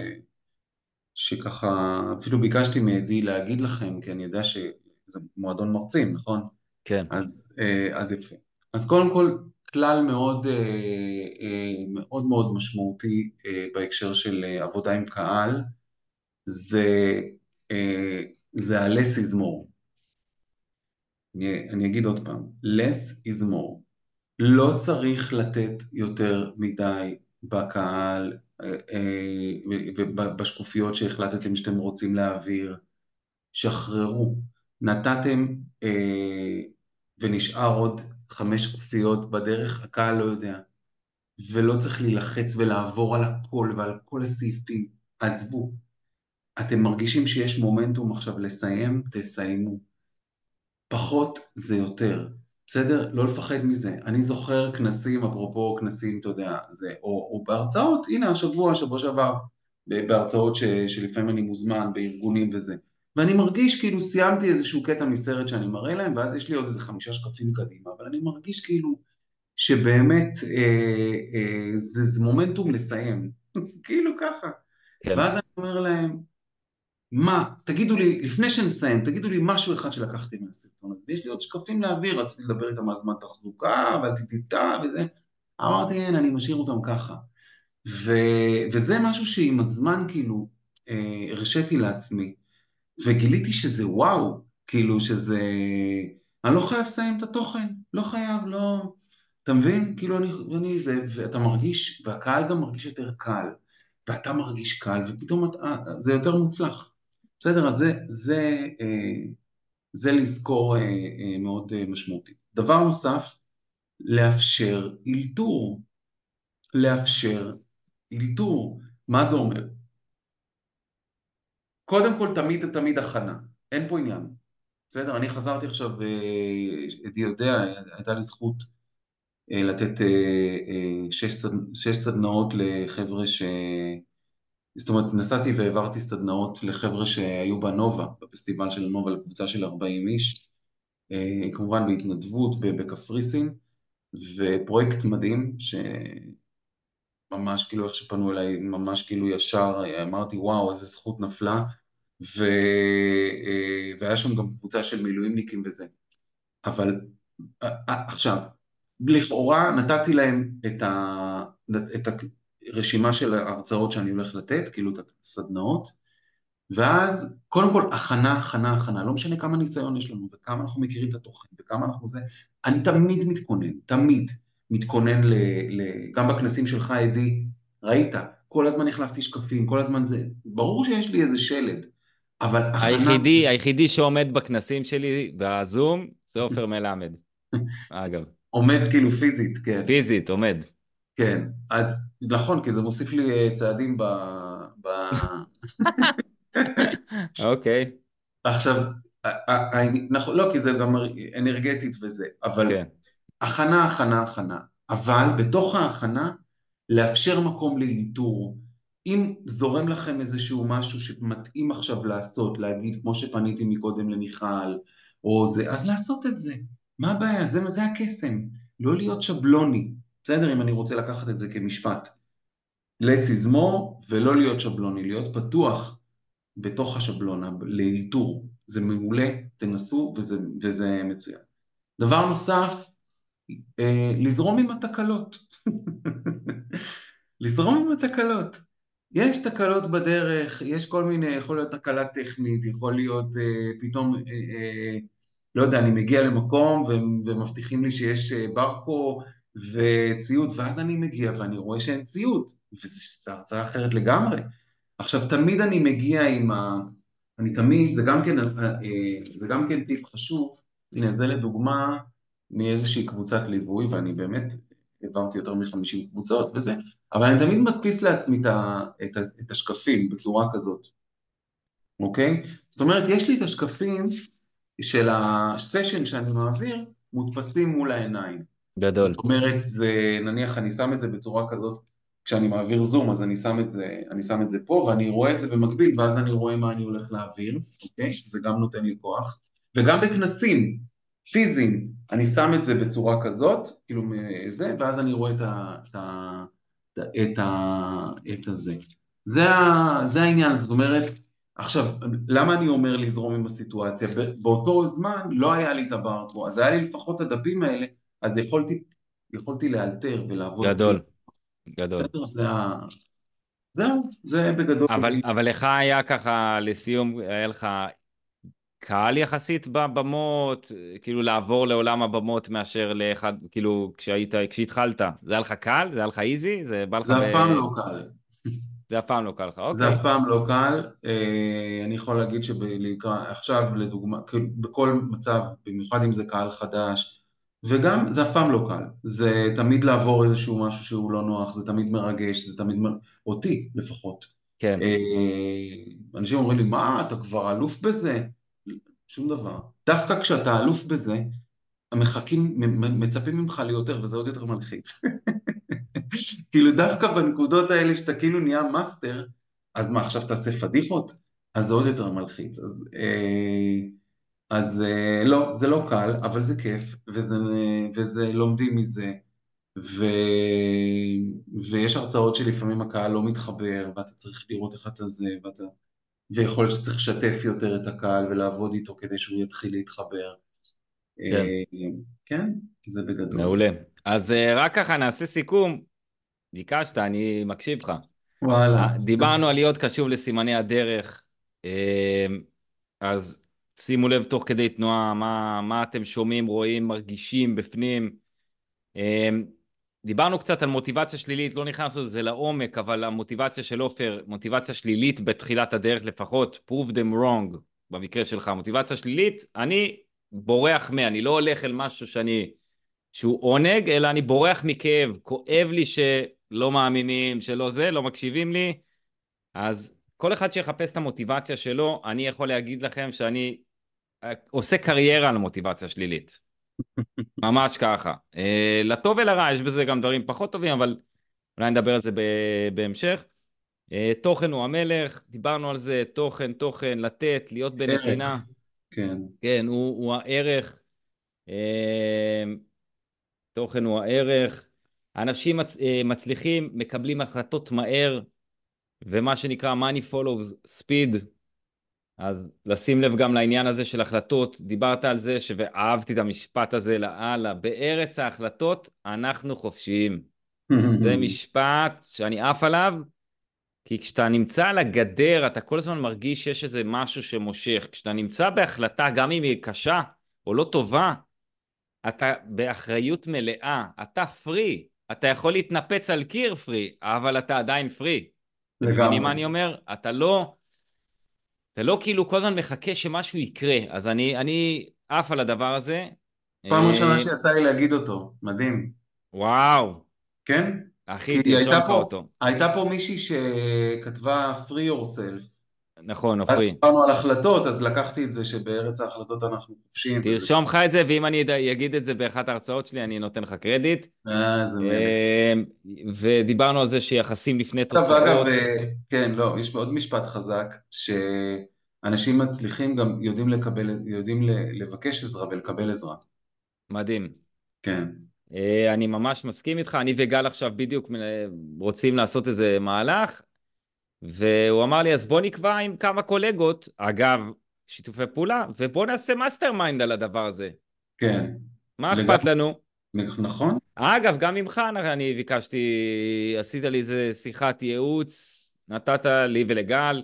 שככה, אפילו ביקשתי מעדי להגיד לכם, כי אני יודע שזה מועדון מרצים, נכון? כן. אז, אה, אז יפה. אז קודם כל, כלל מאוד, אה, אה, מאוד מאוד משמעותי אה, בהקשר של אה, עבודה עם קהל, זה, אה, זה ה-less is more. אני, אני אגיד עוד פעם, less is more. לא צריך לתת יותר מדי בקהל אה, אה, ובשקופיות שהחלטתם שאתם רוצים להעביר. שחררו. נתתם אה, ונשאר עוד חמש שקופיות בדרך, הקהל לא יודע. ולא צריך להילחץ ולעבור על הכל ועל כל הסעיפים. עזבו. אתם מרגישים שיש מומנטום עכשיו לסיים, תסיימו. פחות זה יותר. בסדר? לא לפחד מזה. אני זוכר כנסים, אפרופו כנסים, אתה יודע, זה, או, או בהרצאות, הנה השבוע, שבוע שעבר, בהרצאות ש, שלפעמים אני מוזמן, בארגונים וזה. ואני מרגיש כאילו סיימתי איזשהו קטע מסרט שאני מראה להם, ואז יש לי עוד איזה חמישה שקפים קדימה, אבל אני מרגיש כאילו שבאמת אה, אה, זה, זה מומנטום לסיים. כאילו ככה. כן. ואז אני אומר להם, מה, תגידו לי, לפני שנסיים, תגידו לי משהו אחד שלקחתי מהסרטון הזה, ויש לי עוד שקפים להעביר, רציתי לדבר איתם על זמן תחזוקה, ועל טיטיטה וזה, אמרתי, אין, אני משאיר אותם ככה. ו... וזה משהו שעם הזמן כאילו אה, הרשיתי לעצמי, וגיליתי שזה וואו, כאילו שזה... אני לא חייב לסיים את התוכן, לא חייב, לא... אתה מבין? כאילו אני, אני זה, ואתה מרגיש, והקהל גם מרגיש יותר קל, ואתה מרגיש קל, ופתאום אתה, זה יותר מוצלח. בסדר, אז זה, זה, אה, זה לזכור אה, אה, מאוד אה, משמעותי. דבר נוסף, לאפשר אילתור. לאפשר אילתור. מה זה אומר? קודם כל, תמיד תמיד הכנה. אין פה עניין. בסדר, אני חזרתי עכשיו, אה, עדי יודע, הייתה לי זכות אה, לתת אה, אה, שש, סד... שש סדנאות לחבר'ה ש... זאת אומרת, נסעתי והעברתי סדנאות לחבר'ה שהיו בנובה, בפסטיבל של הנובה, לקבוצה של ארבעים איש, אה, כמובן בהתנדבות ב- בקפריסין, ופרויקט מדהים, שממש כאילו איך שפנו אליי, ממש כאילו ישר, אה, אמרתי וואו, איזה זכות נפלה, ו... אה, והיה שם גם קבוצה של מילואימניקים וזה. אבל אה, אה, עכשיו, לכאורה נתתי להם את, ה, את הרשימה של ההרצאות שאני הולך לתת, כאילו את הסדנאות, ואז קודם כל הכנה, הכנה, הכנה, לא משנה כמה ניסיון יש לנו וכמה אנחנו מכירים את התוכן וכמה אנחנו זה, אני תמיד מתכונן, תמיד מתכונן ל, ל, גם בכנסים שלך, עדי, ראית, כל הזמן החלפתי שקפים, כל הזמן זה, ברור שיש לי איזה שלד, אבל הכנה... היחידי, היחידי שעומד בכנסים שלי בזום, זה עופר מלמד, אגב. עומד כאילו פיזית, כן. פיזית, עומד. כן, אז נכון, כי זה מוסיף לי אה, צעדים ב... ב... אוקיי, עכשיו, ה- ה- ה- נכון, לא, כי זה גם אנרגטית וזה, אבל כן. הכנה, הכנה, הכנה. אבל בתוך ההכנה, לאפשר מקום לאלתור. אם זורם לכם איזשהו משהו שמתאים עכשיו לעשות, להגיד כמו שפניתי מקודם למיכל, או זה, אז לעשות את זה. מה הבעיה? זה, זה הקסם. לא להיות שבלוני. בסדר, אם אני רוצה לקחת את זה כמשפט. less is more, ולא להיות שבלוני, להיות פתוח בתוך השבלונה, לאלתור. זה מעולה, תנסו, וזה, וזה מצוין. דבר נוסף, אה, לזרום עם התקלות. לזרום עם התקלות. יש תקלות בדרך, יש כל מיני, יכול להיות תקלה טכנית, יכול להיות אה, פתאום, אה, אה, לא יודע, אני מגיע למקום ו- ומבטיחים לי שיש אה, ברקו וציוד, ואז אני מגיע ואני רואה שאין ציוד, וזו הרצאה אחרת לגמרי. עכשיו, תמיד אני מגיע עם ה... אני תמיד, זה גם כן, אה, אה, זה גם כן טיפ חשוב, הנה זה לדוגמה מאיזושהי קבוצת ליווי, ואני באמת העברתי יותר מ-חמישים קבוצות וזה, אבל אני תמיד מדפיס לעצמי את, ה, את, ה, את השקפים בצורה כזאת, אוקיי? זאת אומרת, יש לי את השקפים של הסשן שאני מעביר, מודפסים מול העיניים. גדול. זאת אומרת, זה, נניח אני שם את זה בצורה כזאת, כשאני מעביר זום, אז אני שם את זה, אני שם את זה פה, ואני רואה את זה במקביל, ואז אני רואה מה אני הולך להעביר, אוקיי? זה גם נותן לי כוח. וגם בכנסים פיזיים, אני שם את זה בצורה כזאת, כאילו זה, ואז אני רואה את ה... את ה... את ה... את הזה. זה, ה... זה העניין, זאת אומרת, עכשיו, למה אני אומר לזרום עם הסיטואציה? באותו זמן לא היה לי את הברקו, אז היה לי לפחות את הדפים האלה, אז יכולתי, יכולתי לאלתר ולעבוד בלי. גדול, גדול. בסדר, זה ה... זהו, זה בגדול. אבל, אבל לך היה ככה, לסיום, היה לך קהל יחסית בבמות, כאילו לעבור לעולם הבמות מאשר לאחד, כאילו כשהיית, כשהתחלת, זה היה לך קל? זה היה לך איזי? זה בא לך זה ב... אף פעם לא קל. זה אף פעם לא קל לך, זה אוקיי. אף פעם לא קל. אה, אני יכול להגיד שעכשיו, לדוגמה, כאילו, בכל מצב, במיוחד אם זה קהל חדש, וגם זה אף פעם לא קל. זה תמיד לעבור איזשהו משהו שהוא לא נוח, זה תמיד מרגש, זה תמיד, מ- אותי לפחות. כן. אה, אנשים אומרים לי, מה, אתה כבר אלוף בזה? שום דבר. דווקא כשאתה אלוף בזה, המחכים, מ- מצפים ממך ליותר, וזה עוד יותר מלחיץ. כאילו דווקא בנקודות האלה שאתה כאילו נהיה מאסטר, אז מה, עכשיו תעשה פדיחות? אז זה עוד יותר מלחיץ. אז, אה, אז אה, לא, זה לא קל, אבל זה כיף, וזה, וזה לומדים מזה, ו, ויש הרצאות שלפעמים הקהל לא מתחבר, ואתה צריך לראות איך אתה זה, ואתה... ויכול להיות שצריך לשתף יותר את הקהל ולעבוד איתו כדי שהוא יתחיל להתחבר. כן, אה, כן, זה בגדול. מעולה. אז אה, רק ככה נעשה סיכום. ביקשת, אני מקשיב לך. וואלה. אה, דיברנו על להיות קשוב לסימני הדרך, אה, אז שימו לב תוך כדי תנועה, מה, מה אתם שומעים, רואים, מרגישים בפנים. אה, דיברנו קצת על מוטיבציה שלילית, לא נכנסנו לזה לעומק, אבל המוטיבציה של אופר, מוטיבציה שלילית בתחילת הדרך לפחות, prove them wrong, במקרה שלך, מוטיבציה שלילית, אני בורח מה, אני לא הולך אל משהו שאני, שהוא עונג, אלא אני בורח מכאב, כואב לי שלא מאמינים, שלא זה, לא מקשיבים לי, אז כל אחד שיחפש את המוטיבציה שלו, אני יכול להגיד לכם שאני עושה קריירה על מוטיבציה שלילית. ממש ככה. אה, לטוב ולרע, יש בזה גם דברים פחות טובים, אבל אולי נדבר על זה ב- בהמשך. אה, תוכן הוא המלך, דיברנו על זה, תוכן, תוכן, לתת, להיות בנתינה. ערך, כן. כן, הוא, הוא הערך. אה, תוכן הוא הערך. אנשים מצ, אה, מצליחים, מקבלים החלטות מהר, ומה שנקרא money follows speed. אז לשים לב גם לעניין הזה של החלטות, דיברת על זה, ואהבתי את המשפט הזה לאללה, בארץ ההחלטות אנחנו חופשיים. זה משפט שאני עף עליו, כי כשאתה נמצא על הגדר, אתה כל הזמן מרגיש שיש איזה משהו שמושך. כשאתה נמצא בהחלטה, גם אם היא קשה או לא טובה, אתה באחריות מלאה, אתה פרי, אתה יכול להתנפץ על קיר פרי, אבל אתה עדיין פרי. אתם מבינים מה אני אומר? אתה לא... אתה לא כאילו כל הזמן מחכה שמשהו יקרה, אז אני, אני עף על הדבר הזה. פעם ראשונה אה, שיצא לי להגיד אותו, מדהים. וואו, כן? אחי, כי תרשום הייתה לך פה, אותו. הייתה פה מישהי שכתבה free yourself, נכון, אז עופרי. דיברנו על החלטות, אז לקחתי את זה שבארץ ההחלטות אנחנו חופשיים, וזה תרשום לך את זה, ואם אני אגיד את זה באחת ההרצאות שלי, אני נותן לך קרדיט. אה, זה מלך. אה, ודיברנו על זה שיחסים לפני אגב, אגב, תוצאות. אה, כן, לא, יש עוד משפט חזק, שאנשים מצליחים גם יודעים לקבל, יודעים ל- לבקש עזרה ולקבל עזרה. מדהים. כן. אה, אני ממש מסכים איתך, אני וגל עכשיו בדיוק אה, רוצים לעשות איזה מהלך, והוא אמר לי, אז בוא נקבע עם כמה קולגות, אגב, שיתופי פעולה, ובוא נעשה מאסטר מיינד על הדבר הזה. כן. מה לגמרי, אכפת לנו? נכון? אגב, גם ממך אני ביקשתי, עשית לי איזה שיחת ייעוץ, נתת לי ולגל,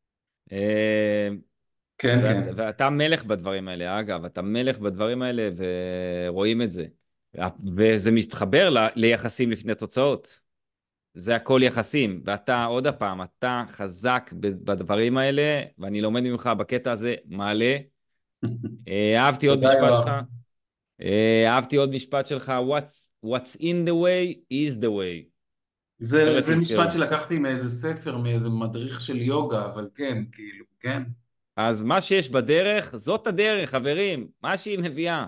אה, כן, ואת, כן. ואתה מלך בדברים האלה, אגב, אתה מלך בדברים האלה, ורואים את זה. וזה מתחבר ל, ליחסים לפני תוצאות. זה הכל יחסים, ואתה עוד הפעם, אתה חזק בדברים האלה, ואני לומד ממך בקטע הזה מלא. אה, אהבתי עוד תודה משפט יואב. שלך, אה, אהבתי עוד משפט שלך, what's, what's in the way is the way. זה, חבר'ה זה משפט תזכרו. שלקחתי מאיזה ספר, מאיזה מדריך של יוגה, אבל כן, כאילו, כן. אז מה שיש בדרך, זאת הדרך, חברים, מה שהיא מביאה.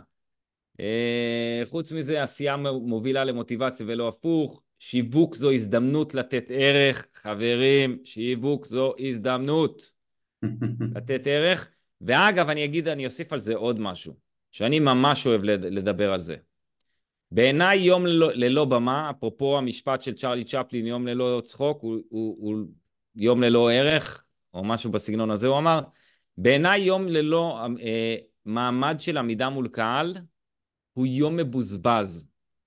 אה, חוץ מזה, עשייה מובילה למוטיבציה ולא הפוך. שיווק זו הזדמנות לתת ערך, חברים, שיווק זו הזדמנות לתת ערך. ואגב, אני אגיד, אני אוסיף על זה עוד משהו, שאני ממש אוהב לדבר על זה. בעיניי יום ללא, ללא במה, אפרופו המשפט של צ'רלי צ'פלין, יום ללא צחוק, הוא, הוא, הוא יום ללא ערך, או משהו בסגנון הזה, הוא אמר, בעיניי יום ללא אה, מעמד של עמידה מול קהל, הוא יום מבוזבז.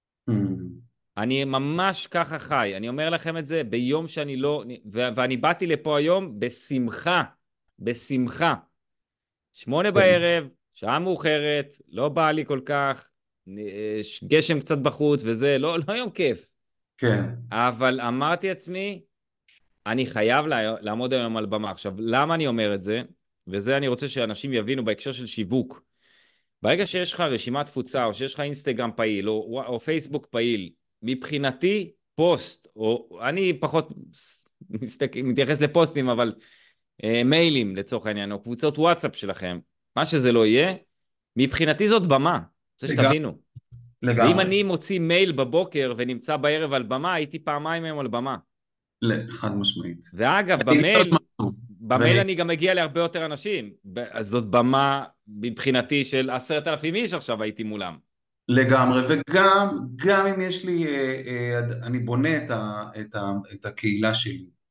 אני ממש ככה חי, אני אומר לכם את זה ביום שאני לא, ו- ואני באתי לפה היום בשמחה, בשמחה. שמונה בערב, שעה מאוחרת, לא בא לי כל כך, גשם קצת בחוץ וזה, לא, לא יום כיף. כן. אבל אמרתי עצמי, אני חייב לעמוד היום על במה. עכשיו, למה אני אומר את זה? וזה אני רוצה שאנשים יבינו בהקשר של שיווק. ברגע שיש לך רשימת תפוצה, או שיש לך אינסטגרם פעיל, או, או פייסבוק פעיל, מבחינתי פוסט, או אני פחות מסתכל, מתייחס לפוסטים, אבל אה, מיילים לצורך העניין, או קבוצות וואטסאפ שלכם, מה שזה לא יהיה, מבחינתי זאת במה, רוצה שתבינו. לגמרי. ואם אני מוציא מייל בבוקר ונמצא בערב על במה, הייתי פעמיים היום על במה. חד משמעית. ואגב, במייל, במייל אני גם מגיע להרבה יותר אנשים, אז זאת במה מבחינתי של עשרת אלפים איש עכשיו הייתי מולם. לגמרי, וגם גם אם יש לי, אני בונה את, ה, את, ה, את הקהילה שלי,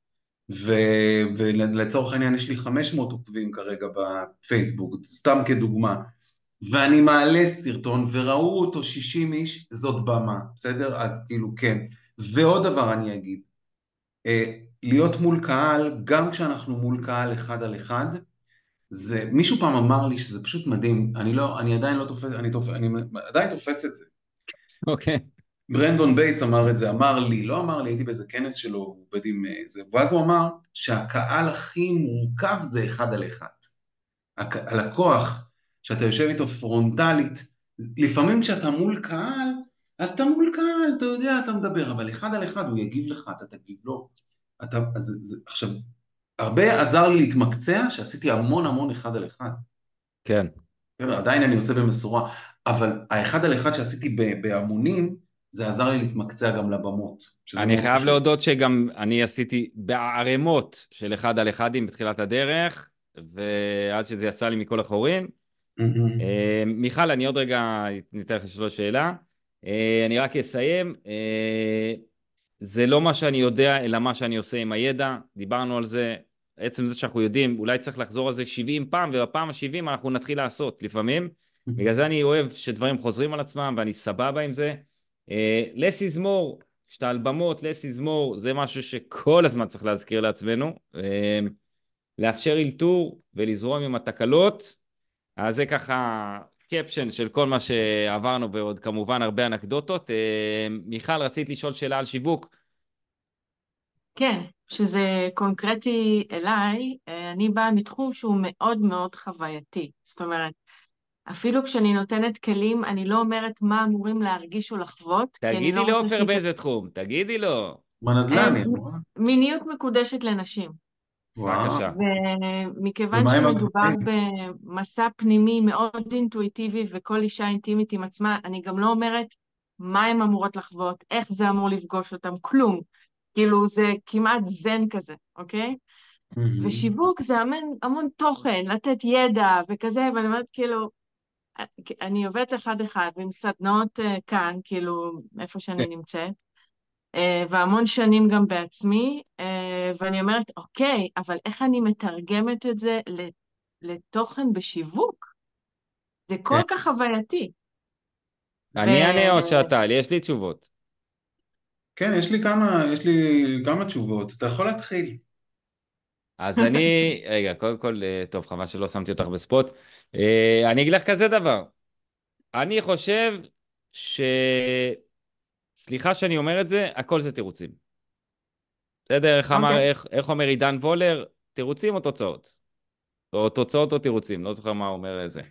ו- ולצורך העניין יש לי חמש מאות עוקבים כרגע בפייסבוק, סתם כדוגמה, ואני מעלה סרטון וראו אותו שישים איש, זאת במה, בסדר? אז כאילו כן. ועוד דבר אני אגיד, אה, להיות מול קהל, גם כשאנחנו מול קהל אחד על אחד, זה, מישהו פעם אמר לי שזה פשוט מדהים, אני לא, אני עדיין לא תופס, אני, תופ, אני עדיין תופס את זה. אוקיי. ברנדון בייס אמר את זה, אמר לי, לא אמר לי, הייתי באיזה כנס שלו, הוא עובד עם זה, ואז הוא אמר שהקהל הכי מורכב זה אחד על אחד. הק- הלקוח, שאתה יושב איתו פרונטלית, לפעמים כשאתה מול קהל, אז אתה מול קהל, אתה יודע, אתה מדבר, אבל אחד על אחד הוא יגיב לך, אתה תגיב לו. אתה, אז, זה, עכשיו, הרבה עזר לי להתמקצע, שעשיתי המון המון אחד על אחד. כן. עדיין אני עושה במשורה, אבל האחד על אחד שעשיתי ב- בהמונים, זה עזר לי להתמקצע גם לבמות. שזה אני מאוד חייב חשוב. להודות שגם אני עשיתי בערימות של אחד על אחדים בתחילת הדרך, ועד שזה יצא לי מכל החורים. מהמם. אה, מיכל, אני עוד רגע ניתן לך לשאול שאלה. אה, אני רק אסיים. אה, זה לא מה שאני יודע, אלא מה שאני עושה עם הידע. דיברנו על זה. עצם זה שאנחנו יודעים, אולי צריך לחזור על זה שבעים פעם, ובפעם ה-שבעים אנחנו נתחיל לעשות לפעמים. בגלל זה אני אוהב שדברים חוזרים על עצמם, ואני סבבה עם זה. אה, less is more, כשאתה על במות, less is more, זה משהו שכל הזמן צריך להזכיר לעצמנו. אה, לאפשר אילתור ולזרום עם התקלות. אז זה ככה קפשן של כל מה שעברנו, ועוד כמובן הרבה אנקדוטות. אה, מיכל, רצית לשאול שאלה על שיווק? כן, שזה קונקרטי אליי, אה, אני באה מתחום שהוא מאוד מאוד חווייתי. זאת אומרת, אפילו כשאני נותנת כלים, אני לא אומרת מה אמורים להרגיש או לחוות, כי אני לא תגידי רוצה לעופר שית... באיזה תחום, תגידי לו. אה, בנדל"ן, היא אמרה. מיניות מקודשת לנשים. וואו. בבקשה. ומכיוון ומה עם שמדובר הגברים? במסע פנימי מאוד אינטואיטיבי, וכל אישה אינטימית עם עצמה, אני גם לא אומרת מה הן אמורות לחוות, איך זה אמור לפגוש אותם, כלום. כאילו זה כמעט זן כזה, אוקיי? מהמם. ושיווק זה המון, המון תוכן, לתת ידע וכזה, ואני אומרת כאילו, אני עובדת אחד אחד ועם סדנאות uh, כאן, כאילו, איפה שאני נמצאת, uh, והמון שנים גם בעצמי, uh, ואני אומרת, אוקיי, אבל איך אני מתרגמת את זה לתוכן בשיווק? זה כל כן. כך חווייתי. אני אענה או ו... שאתה, יש לי תשובות. כן, יש לי כמה, יש לי כמה תשובות. אתה יכול להתחיל. אז אני, רגע, קודם כל, אה, טוב, חבל שלא שמתי אותך בספוט. אה, אני אגיד לך כזה דבר. אני חושב ש... סליחה שאני אומר את זה, הכל זה תירוצים. בסדר? איך אמר, אוקיי. איך, איך אומר עידן וולר? תירוצים או תוצאות? או תוצאות או תירוצים, לא זוכר מה הוא אומר זה.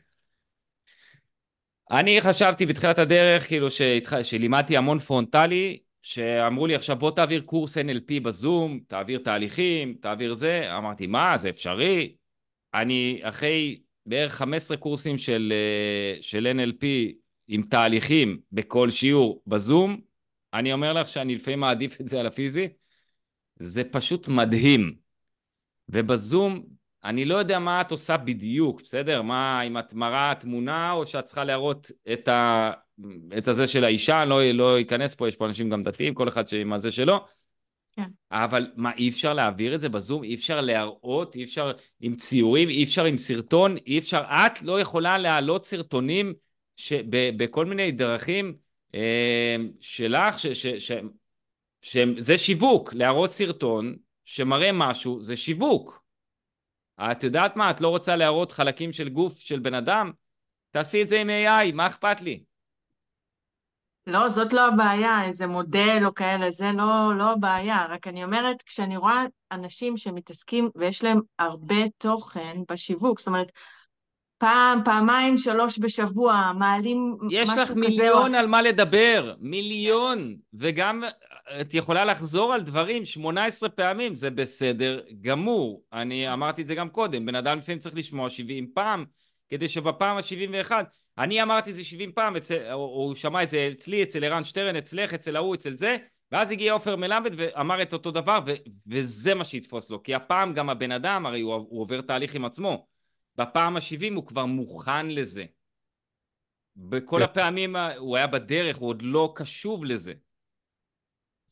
אני חשבתי בתחילת הדרך, כאילו שהתח... שלימדתי המון פרונטלי, שאמרו לי עכשיו בוא תעביר קורס אן אל פי בזום, תעביר תהליכים, תעביר זה, אמרתי מה זה אפשרי? אני אחרי בערך חמישה עשר קורסים של, של אן אל פי עם תהליכים בכל שיעור בזום, אני אומר לך שאני לפעמים מעדיף את זה על הפיזי, זה פשוט מדהים. ובזום אני לא יודע מה את עושה בדיוק, בסדר? מה, אם את מראה תמונה או שאת צריכה להראות את, ה, את הזה של האישה, אני לא, לא אכנס פה, יש פה אנשים גם דתיים, כל אחד עם הזה שלו. כן. אבל מה, אי אפשר להעביר את זה בזום? אי אפשר להראות? אי אפשר עם ציורים? אי אפשר עם סרטון? אי אפשר, את לא יכולה להעלות סרטונים ש, ב, בכל מיני דרכים אה, שלך, ש, ש, ש, שזה שיווק, להראות סרטון שמראה משהו, זה שיווק. את יודעת מה? את לא רוצה להראות חלקים של גוף של בן אדם? תעשי את זה עם איי איי, מה אכפת לי? לא, זאת לא הבעיה, איזה מודל או כאלה, זה לא, לא הבעיה. רק אני אומרת, כשאני רואה אנשים שמתעסקים ויש להם הרבה תוכן בשיווק, זאת אומרת, פעם, פעמיים, שלוש בשבוע, מעלים יש משהו לך כזה או מיליון אחר. על מה לדבר, מיליון, וגם את יכולה לחזור על דברים שמונה עשרה פעמים, זה בסדר גמור. אני אמרתי את זה גם קודם, בן אדם לפעמים צריך לשמוע שבעים פעם, כדי שבפעם ה-שבעים ואחת, אני אמרתי את זה שבעים פעם, אצל, או, או הוא שמע את זה אצלי, אצל ערן שטרן, אצלך, אצל ההוא, אצל זה, ואז הגיע עופר מלמד ואמר את אותו דבר, ו, וזה מה שיתפוס לו, כי הפעם גם הבן אדם, הרי הוא, הוא עובר תהליך עם עצמו, בפעם ה-שבעים הוא כבר מוכן לזה. בכל הפעמים הוא היה בדרך, הוא עוד לא קשוב לזה.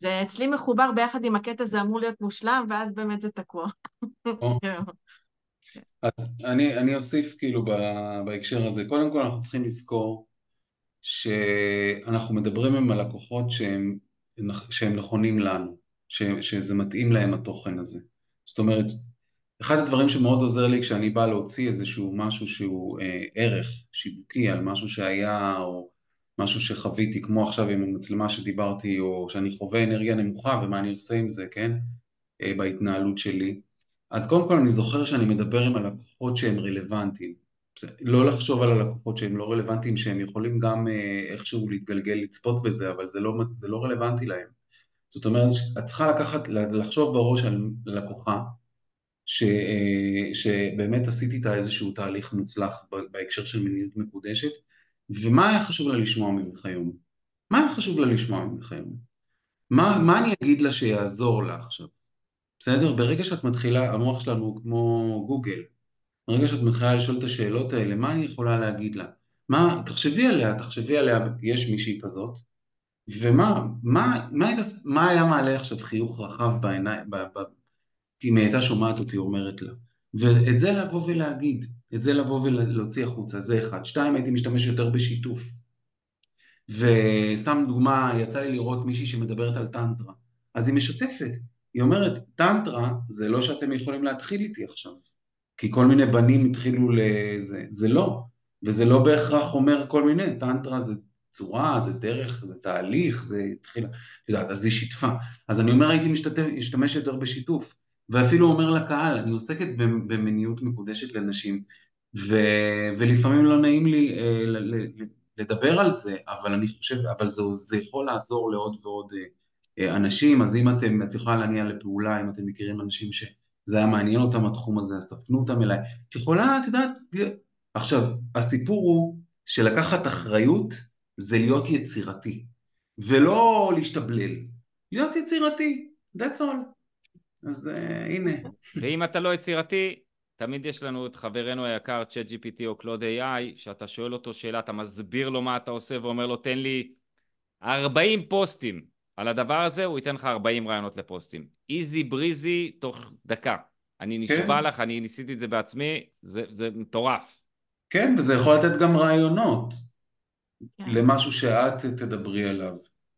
זה אצלי מחובר ביחד עם הקטע, זה אמור להיות מושלם, ואז באמת זה תקוע. או, אז אני, אני אוסיף כאילו ב- בהקשר הזה, קודם כל אנחנו צריכים לזכור שאנחנו מדברים עם הלקוחות שהם, שהם נכונים לנו, ש, שזה מתאים להם התוכן הזה. זאת אומרת, אחד הדברים שמאוד עוזר לי כשאני בא להוציא איזשהו משהו שהוא אה, ערך שיווקי על משהו שהיה או משהו שחוויתי, כמו עכשיו עם המצלמה שדיברתי, או שאני חווה אנרגיה נמוכה ומה אני עושה עם זה, כן? אה, בהתנהלות שלי. אז קודם כל אני זוכר שאני מדבר עם הלקוחות שהם רלוונטיים. בסדר, לא לחשוב על הלקוחות שהם לא רלוונטיים, שהם יכולים גם אה, איכשהו להתגלגל, לצפות בזה, אבל זה לא, זה לא רלוונטי להם. זאת אומרת, את צריכה לקחת, לחשוב בראש על לקוחה, ש, אה, שבאמת עשיתי איתה איזשהו תהליך מוצלח בהקשר של מיניות מקודשת, ומה היה חשוב לה לשמוע ממך היום? מה היה חשוב לה לשמוע ממך היום? מה, מה אני אגיד לה שיעזור לה עכשיו? בסדר? ברגע שאת מתחילה, המוח שלנו הוא כמו גוגל, ברגע שאת מתחילה לשאול את השאלות האלה, מה אני יכולה להגיד לה? מה, תחשבי עליה, תחשבי עליה, יש מישהי כזאת, ומה, מה, מה, היית- מה היה מעלה עכשיו חיוך רחב בעיניים, ב- ב- אם היא הייתה שומעת אותי אומרת לה. ואת זה לבוא ולהגיד, את זה לבוא ולהוציא החוצה, זה אחד. שתיים, הייתי משתמש יותר בשיתוף. וסתם דוגמה, יצא לי לראות מישהי שמדברת על טנטרה. אז היא משתפת. היא אומרת, טנטרה זה לא שאתם יכולים להתחיל איתי עכשיו. כי כל מיני בנים התחילו לזה. זה לא. וזה לא בהכרח אומר כל מיני. טנטרה זה צורה, זה דרך, זה תהליך, זה התחילה. יודעת, אז היא שיתפה. אז אני אומר, הייתי משתתף, משתמש יותר בשיתוף. ואפילו אומר לקהל, אני עוסקת במיניות מקודשת לנשים. ו, ולפעמים לא נעים לי אה, ל, ל, לדבר על זה, אבל אני חושב, אבל זה, זה יכול לעזור לעוד ועוד אה, אה, אנשים, אז אם אתם, את יכולה להניע לפעולה, אם אתם מכירים אנשים שזה היה מעניין אותם התחום הזה, אז תפנו אותם אליי. את יכולה, את יודעת, עכשיו, הסיפור הוא שלקחת אחריות זה להיות יצירתי, ולא להשתבלל, להיות יצירתי, that's all. אז uh, הנה. ואם אתה לא יצירתי, תמיד יש לנו את חברנו היקר צ'אט ג'י פי טי או קלוד איי איי, שאתה שואל אותו שאלה, אתה מסביר לו מה אתה עושה ואומר לו תן לי ארבעים פוסטים על הדבר הזה, הוא ייתן לך ארבעים רעיונות לפוסטים. איזי בריזי תוך דקה. אני נשבע כן. לך, אני ניסיתי את זה בעצמי, זה, זה מטורף. כן, וזה יכול לתת גם רעיונות כן. למשהו שאת תדברי עליו.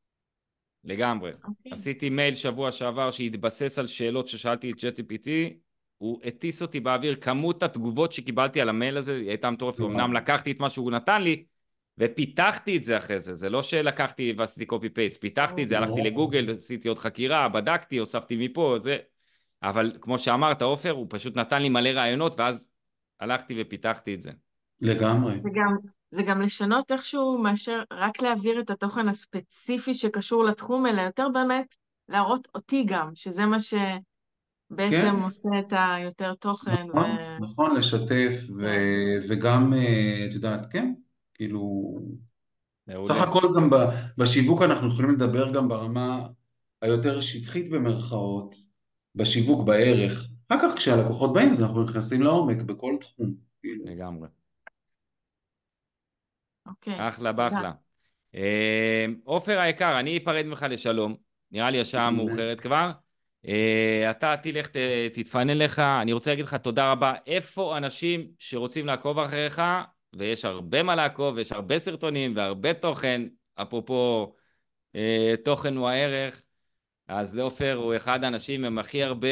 לגמרי. אוקיי. עשיתי מייל שבוע שעבר שהתבסס על שאלות ששאלתי את צ'אט ג'י פי טי, הוא הטיס אותי באוויר, כמות התגובות שקיבלתי על המייל הזה, היא הייתה מטורפת, אמנם לקחתי את מה שהוא נתן לי, ופיתחתי את זה אחרי זה, זה לא שלקחתי ועשיתי קופי פייסט, פיתחתי את זה, הלכתי לגוגל, עשיתי עוד חקירה, בדקתי, הוספתי מפה, זה, אבל כמו שאמרת, עופר, הוא פשוט נתן לי מלא רעיונות, ואז הלכתי ופיתחתי את זה. לגמרי. זה גם, זה גם לשנות איכשהו מאשר רק להעביר את התוכן הספציפי שקשור לתחום, אלא יותר באמת להראות אותי גם, שזה מה שבעצם כן. עושה את היותר תוכן. נכון, ו... נכון, לשתף, ו... וגם, אה, את יודעת, כן, כאילו, סך מעולה. הכל גם ב... בשיווק אנחנו יכולים לדבר גם ברמה היותר שטחית במרכאות, בשיווק, בערך. אחר כך כשהלקוחות באים, אז אנחנו נכנסים לעומק בכל תחום. כאילו. לגמרי. אוקיי. אחלה תודה. באחלה. אה, עופר היקר, אני אפרד ממך לשלום, נראה לי השעה מאוחרת כבר. אה, אתה תלך, ת- תתפנן לך, אני רוצה להגיד לך תודה רבה. איפה אנשים שרוצים לעקוב אחריך, ויש הרבה מה לעקוב, ויש הרבה סרטונים והרבה תוכן, אפרופו אה, תוכן הוא הערך, אז לעופר הוא אחד האנשים עם הכי הרבה,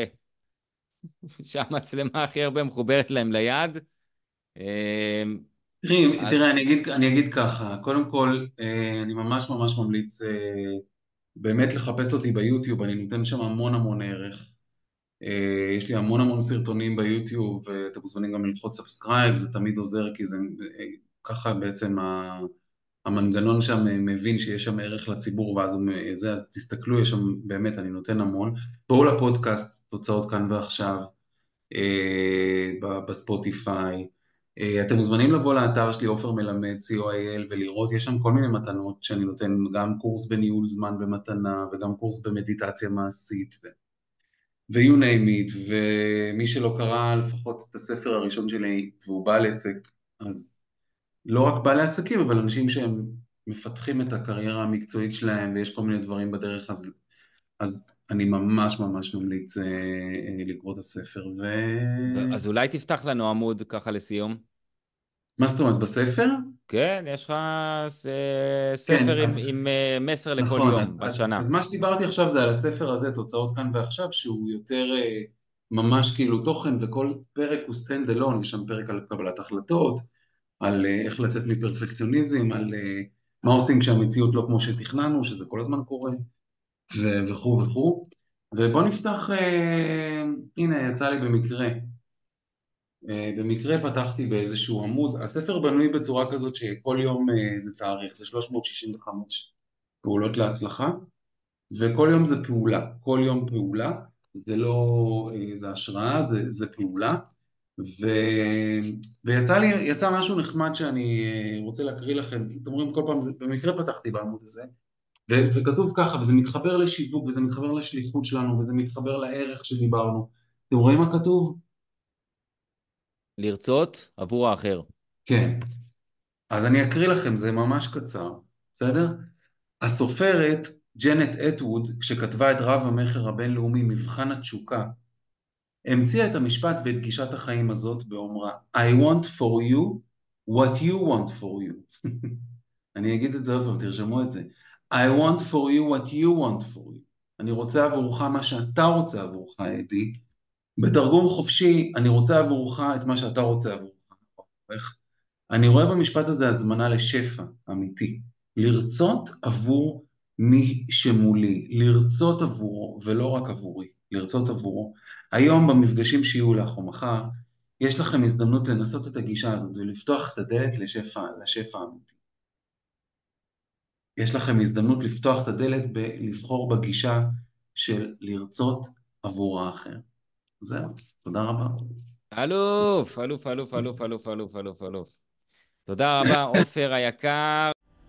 שהמצלמה הכי הרבה מחוברת להם ליד. אה, תראי, אז- תראה, אני אגיד, אני אגיד ככה, קודם כל, אה, אני ממש ממש ממליץ אה, באמת לחפש אותי ביוטיוב, אני נותן שם המון המון ערך. אה, יש לי המון המון סרטונים ביוטיוב, ואתם מוזמנים גם ללחוץ סאבסקרייב, זה תמיד עוזר, כי זה אה, ככה בעצם ה- המנגנון שם מבין שיש שם ערך לציבור, ואז הוא, מ- זה, אז תסתכלו, יש שם באמת, אני נותן המון. בואו לפודקאסט, תוצאות כאן ועכשיו, אה, ב- בספוטיפיי. אה, אתם מוזמנים לבוא לאתר שלי, עופר מלמד, סי או איי אל, ולראות, יש שם כל מיני מתנות שאני נותן, גם קורס בניהול זמן במתנה, וגם קורס במדיטציה מעשית, ו... ו-you name it, ומי שלא קרא לפחות את הספר הראשון שלי, והוא בעל עסק, אז לא רק בעלי עסקים, אבל אנשים שהם מפתחים את הקריירה המקצועית שלהם, ויש כל מיני דברים בדרך, אז אז אני ממש ממש ממליץ אה, אה, לקרוא את הספר. ו... אז אולי תפתח לנו עמוד ככה לסיום. מה זאת אומרת, בספר? כן, יש לך ס- כן, ספר עם, אז, עם אה, מסר לכל נכון, יום אז, אז, בשנה. אז מה שדיברתי עכשיו זה על הספר הזה, תוצאות כאן ועכשיו, שהוא יותר אה, ממש כאילו תוכן, וכל פרק הוא stand alone, יש שם פרק על קבלת החלטות, על אה, איך לצאת מפרפקציוניזם, על אה, מה עושים כשהמציאות לא כמו שתכננו, שזה כל הזמן קורה, ו- וכו' וכו'. ובוא נפתח, אה, הנה יצא לי במקרה, אה, במקרה פתחתי באיזשהו עמוד, הספר בנוי בצורה כזאת שכל יום אה, זה תאריך, זה שלוש מאות שישים וחמש פעולות להצלחה, וכל יום זה פעולה, כל יום פעולה, זה לא, אה, זה השראה, זה, זה פעולה, ו... ויצא לי, יצא משהו נחמד שאני אה, רוצה להקריא לכם, אתם אומרים כל פעם, זה- במקרה פתחתי בעמוד הזה, ו... וכתוב ככה, וזה מתחבר לשיווק, וזה מתחבר לשליחות שלנו, וזה מתחבר לערך שדיברנו, אתם רואים מה כתוב? לרצות עבור האחר. כן, אז אני אקריא לכם, זה ממש קצר, בסדר? הסופרת ג'נט אטווד, כשכתבה את רב המכר הבינלאומי מבחן התשוקה, המציאה את המשפט ואת גישת החיים הזאת באומרה I want for you what you want for you. אני אגיד את זה עוד פעם, תרשמו את זה. I want for you what you want for you. אני רוצה עבורך מה שאתה רוצה עבורך, אדי. בתרגום חופשי, אני רוצה עבורך את מה שאתה רוצה עבורך. איך? אני רואה במשפט הזה הזמנה לשפע אמיתי. לרצות עבור מי שמולי, לרצות עבורו ולא רק עבורי, לרצות עבורו. היום במפגשים שיהיו לך או מחר, יש לכם הזדמנות לנסות את הגישה הזאת ולפתוח את הדלת לשפע, לשפע אמיתי. יש לכם הזדמנות לפתוח את הדלת ולבחור בגישה של לרצות עבור האחר. זהו, תודה רבה. אלוף, אלוף, אלוף, אלוף, אלוף, אלוף, אלוף, אלוף. תודה רבה, עופר היקר.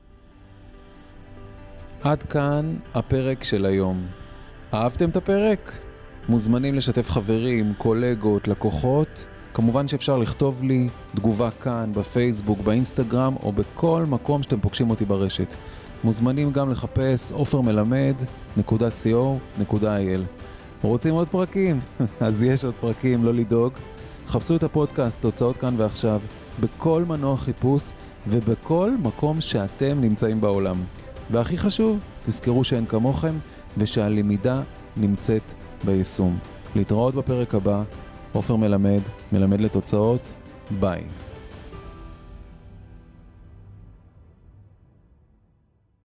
עד כאן הפרק של היום. אהבתם את הפרק? מוזמנים לשתף חברים, קולגות, לקוחות. כמובן שאפשר לכתוב לי תגובה כאן, בפייסבוק, באינסטגרם, או בכל מקום שאתם פוגשים אותי ברשת. מוזמנים גם לחפש עופר מלמד נקודה סי או נקודה איי אל. רוצים עוד פרקים? אז יש עוד פרקים, לא לדאוג. חפשו את הפודקאסט, תוצאות כאן ועכשיו, בכל מנוע חיפוש ובכל מקום שאתם נמצאים בעולם. והכי חשוב, תזכרו שאין כמוכם ושהלמידה נמצאת ביישום. להתראות בפרק הבא, עופר מלמד, מלמד לתוצאות, ביי.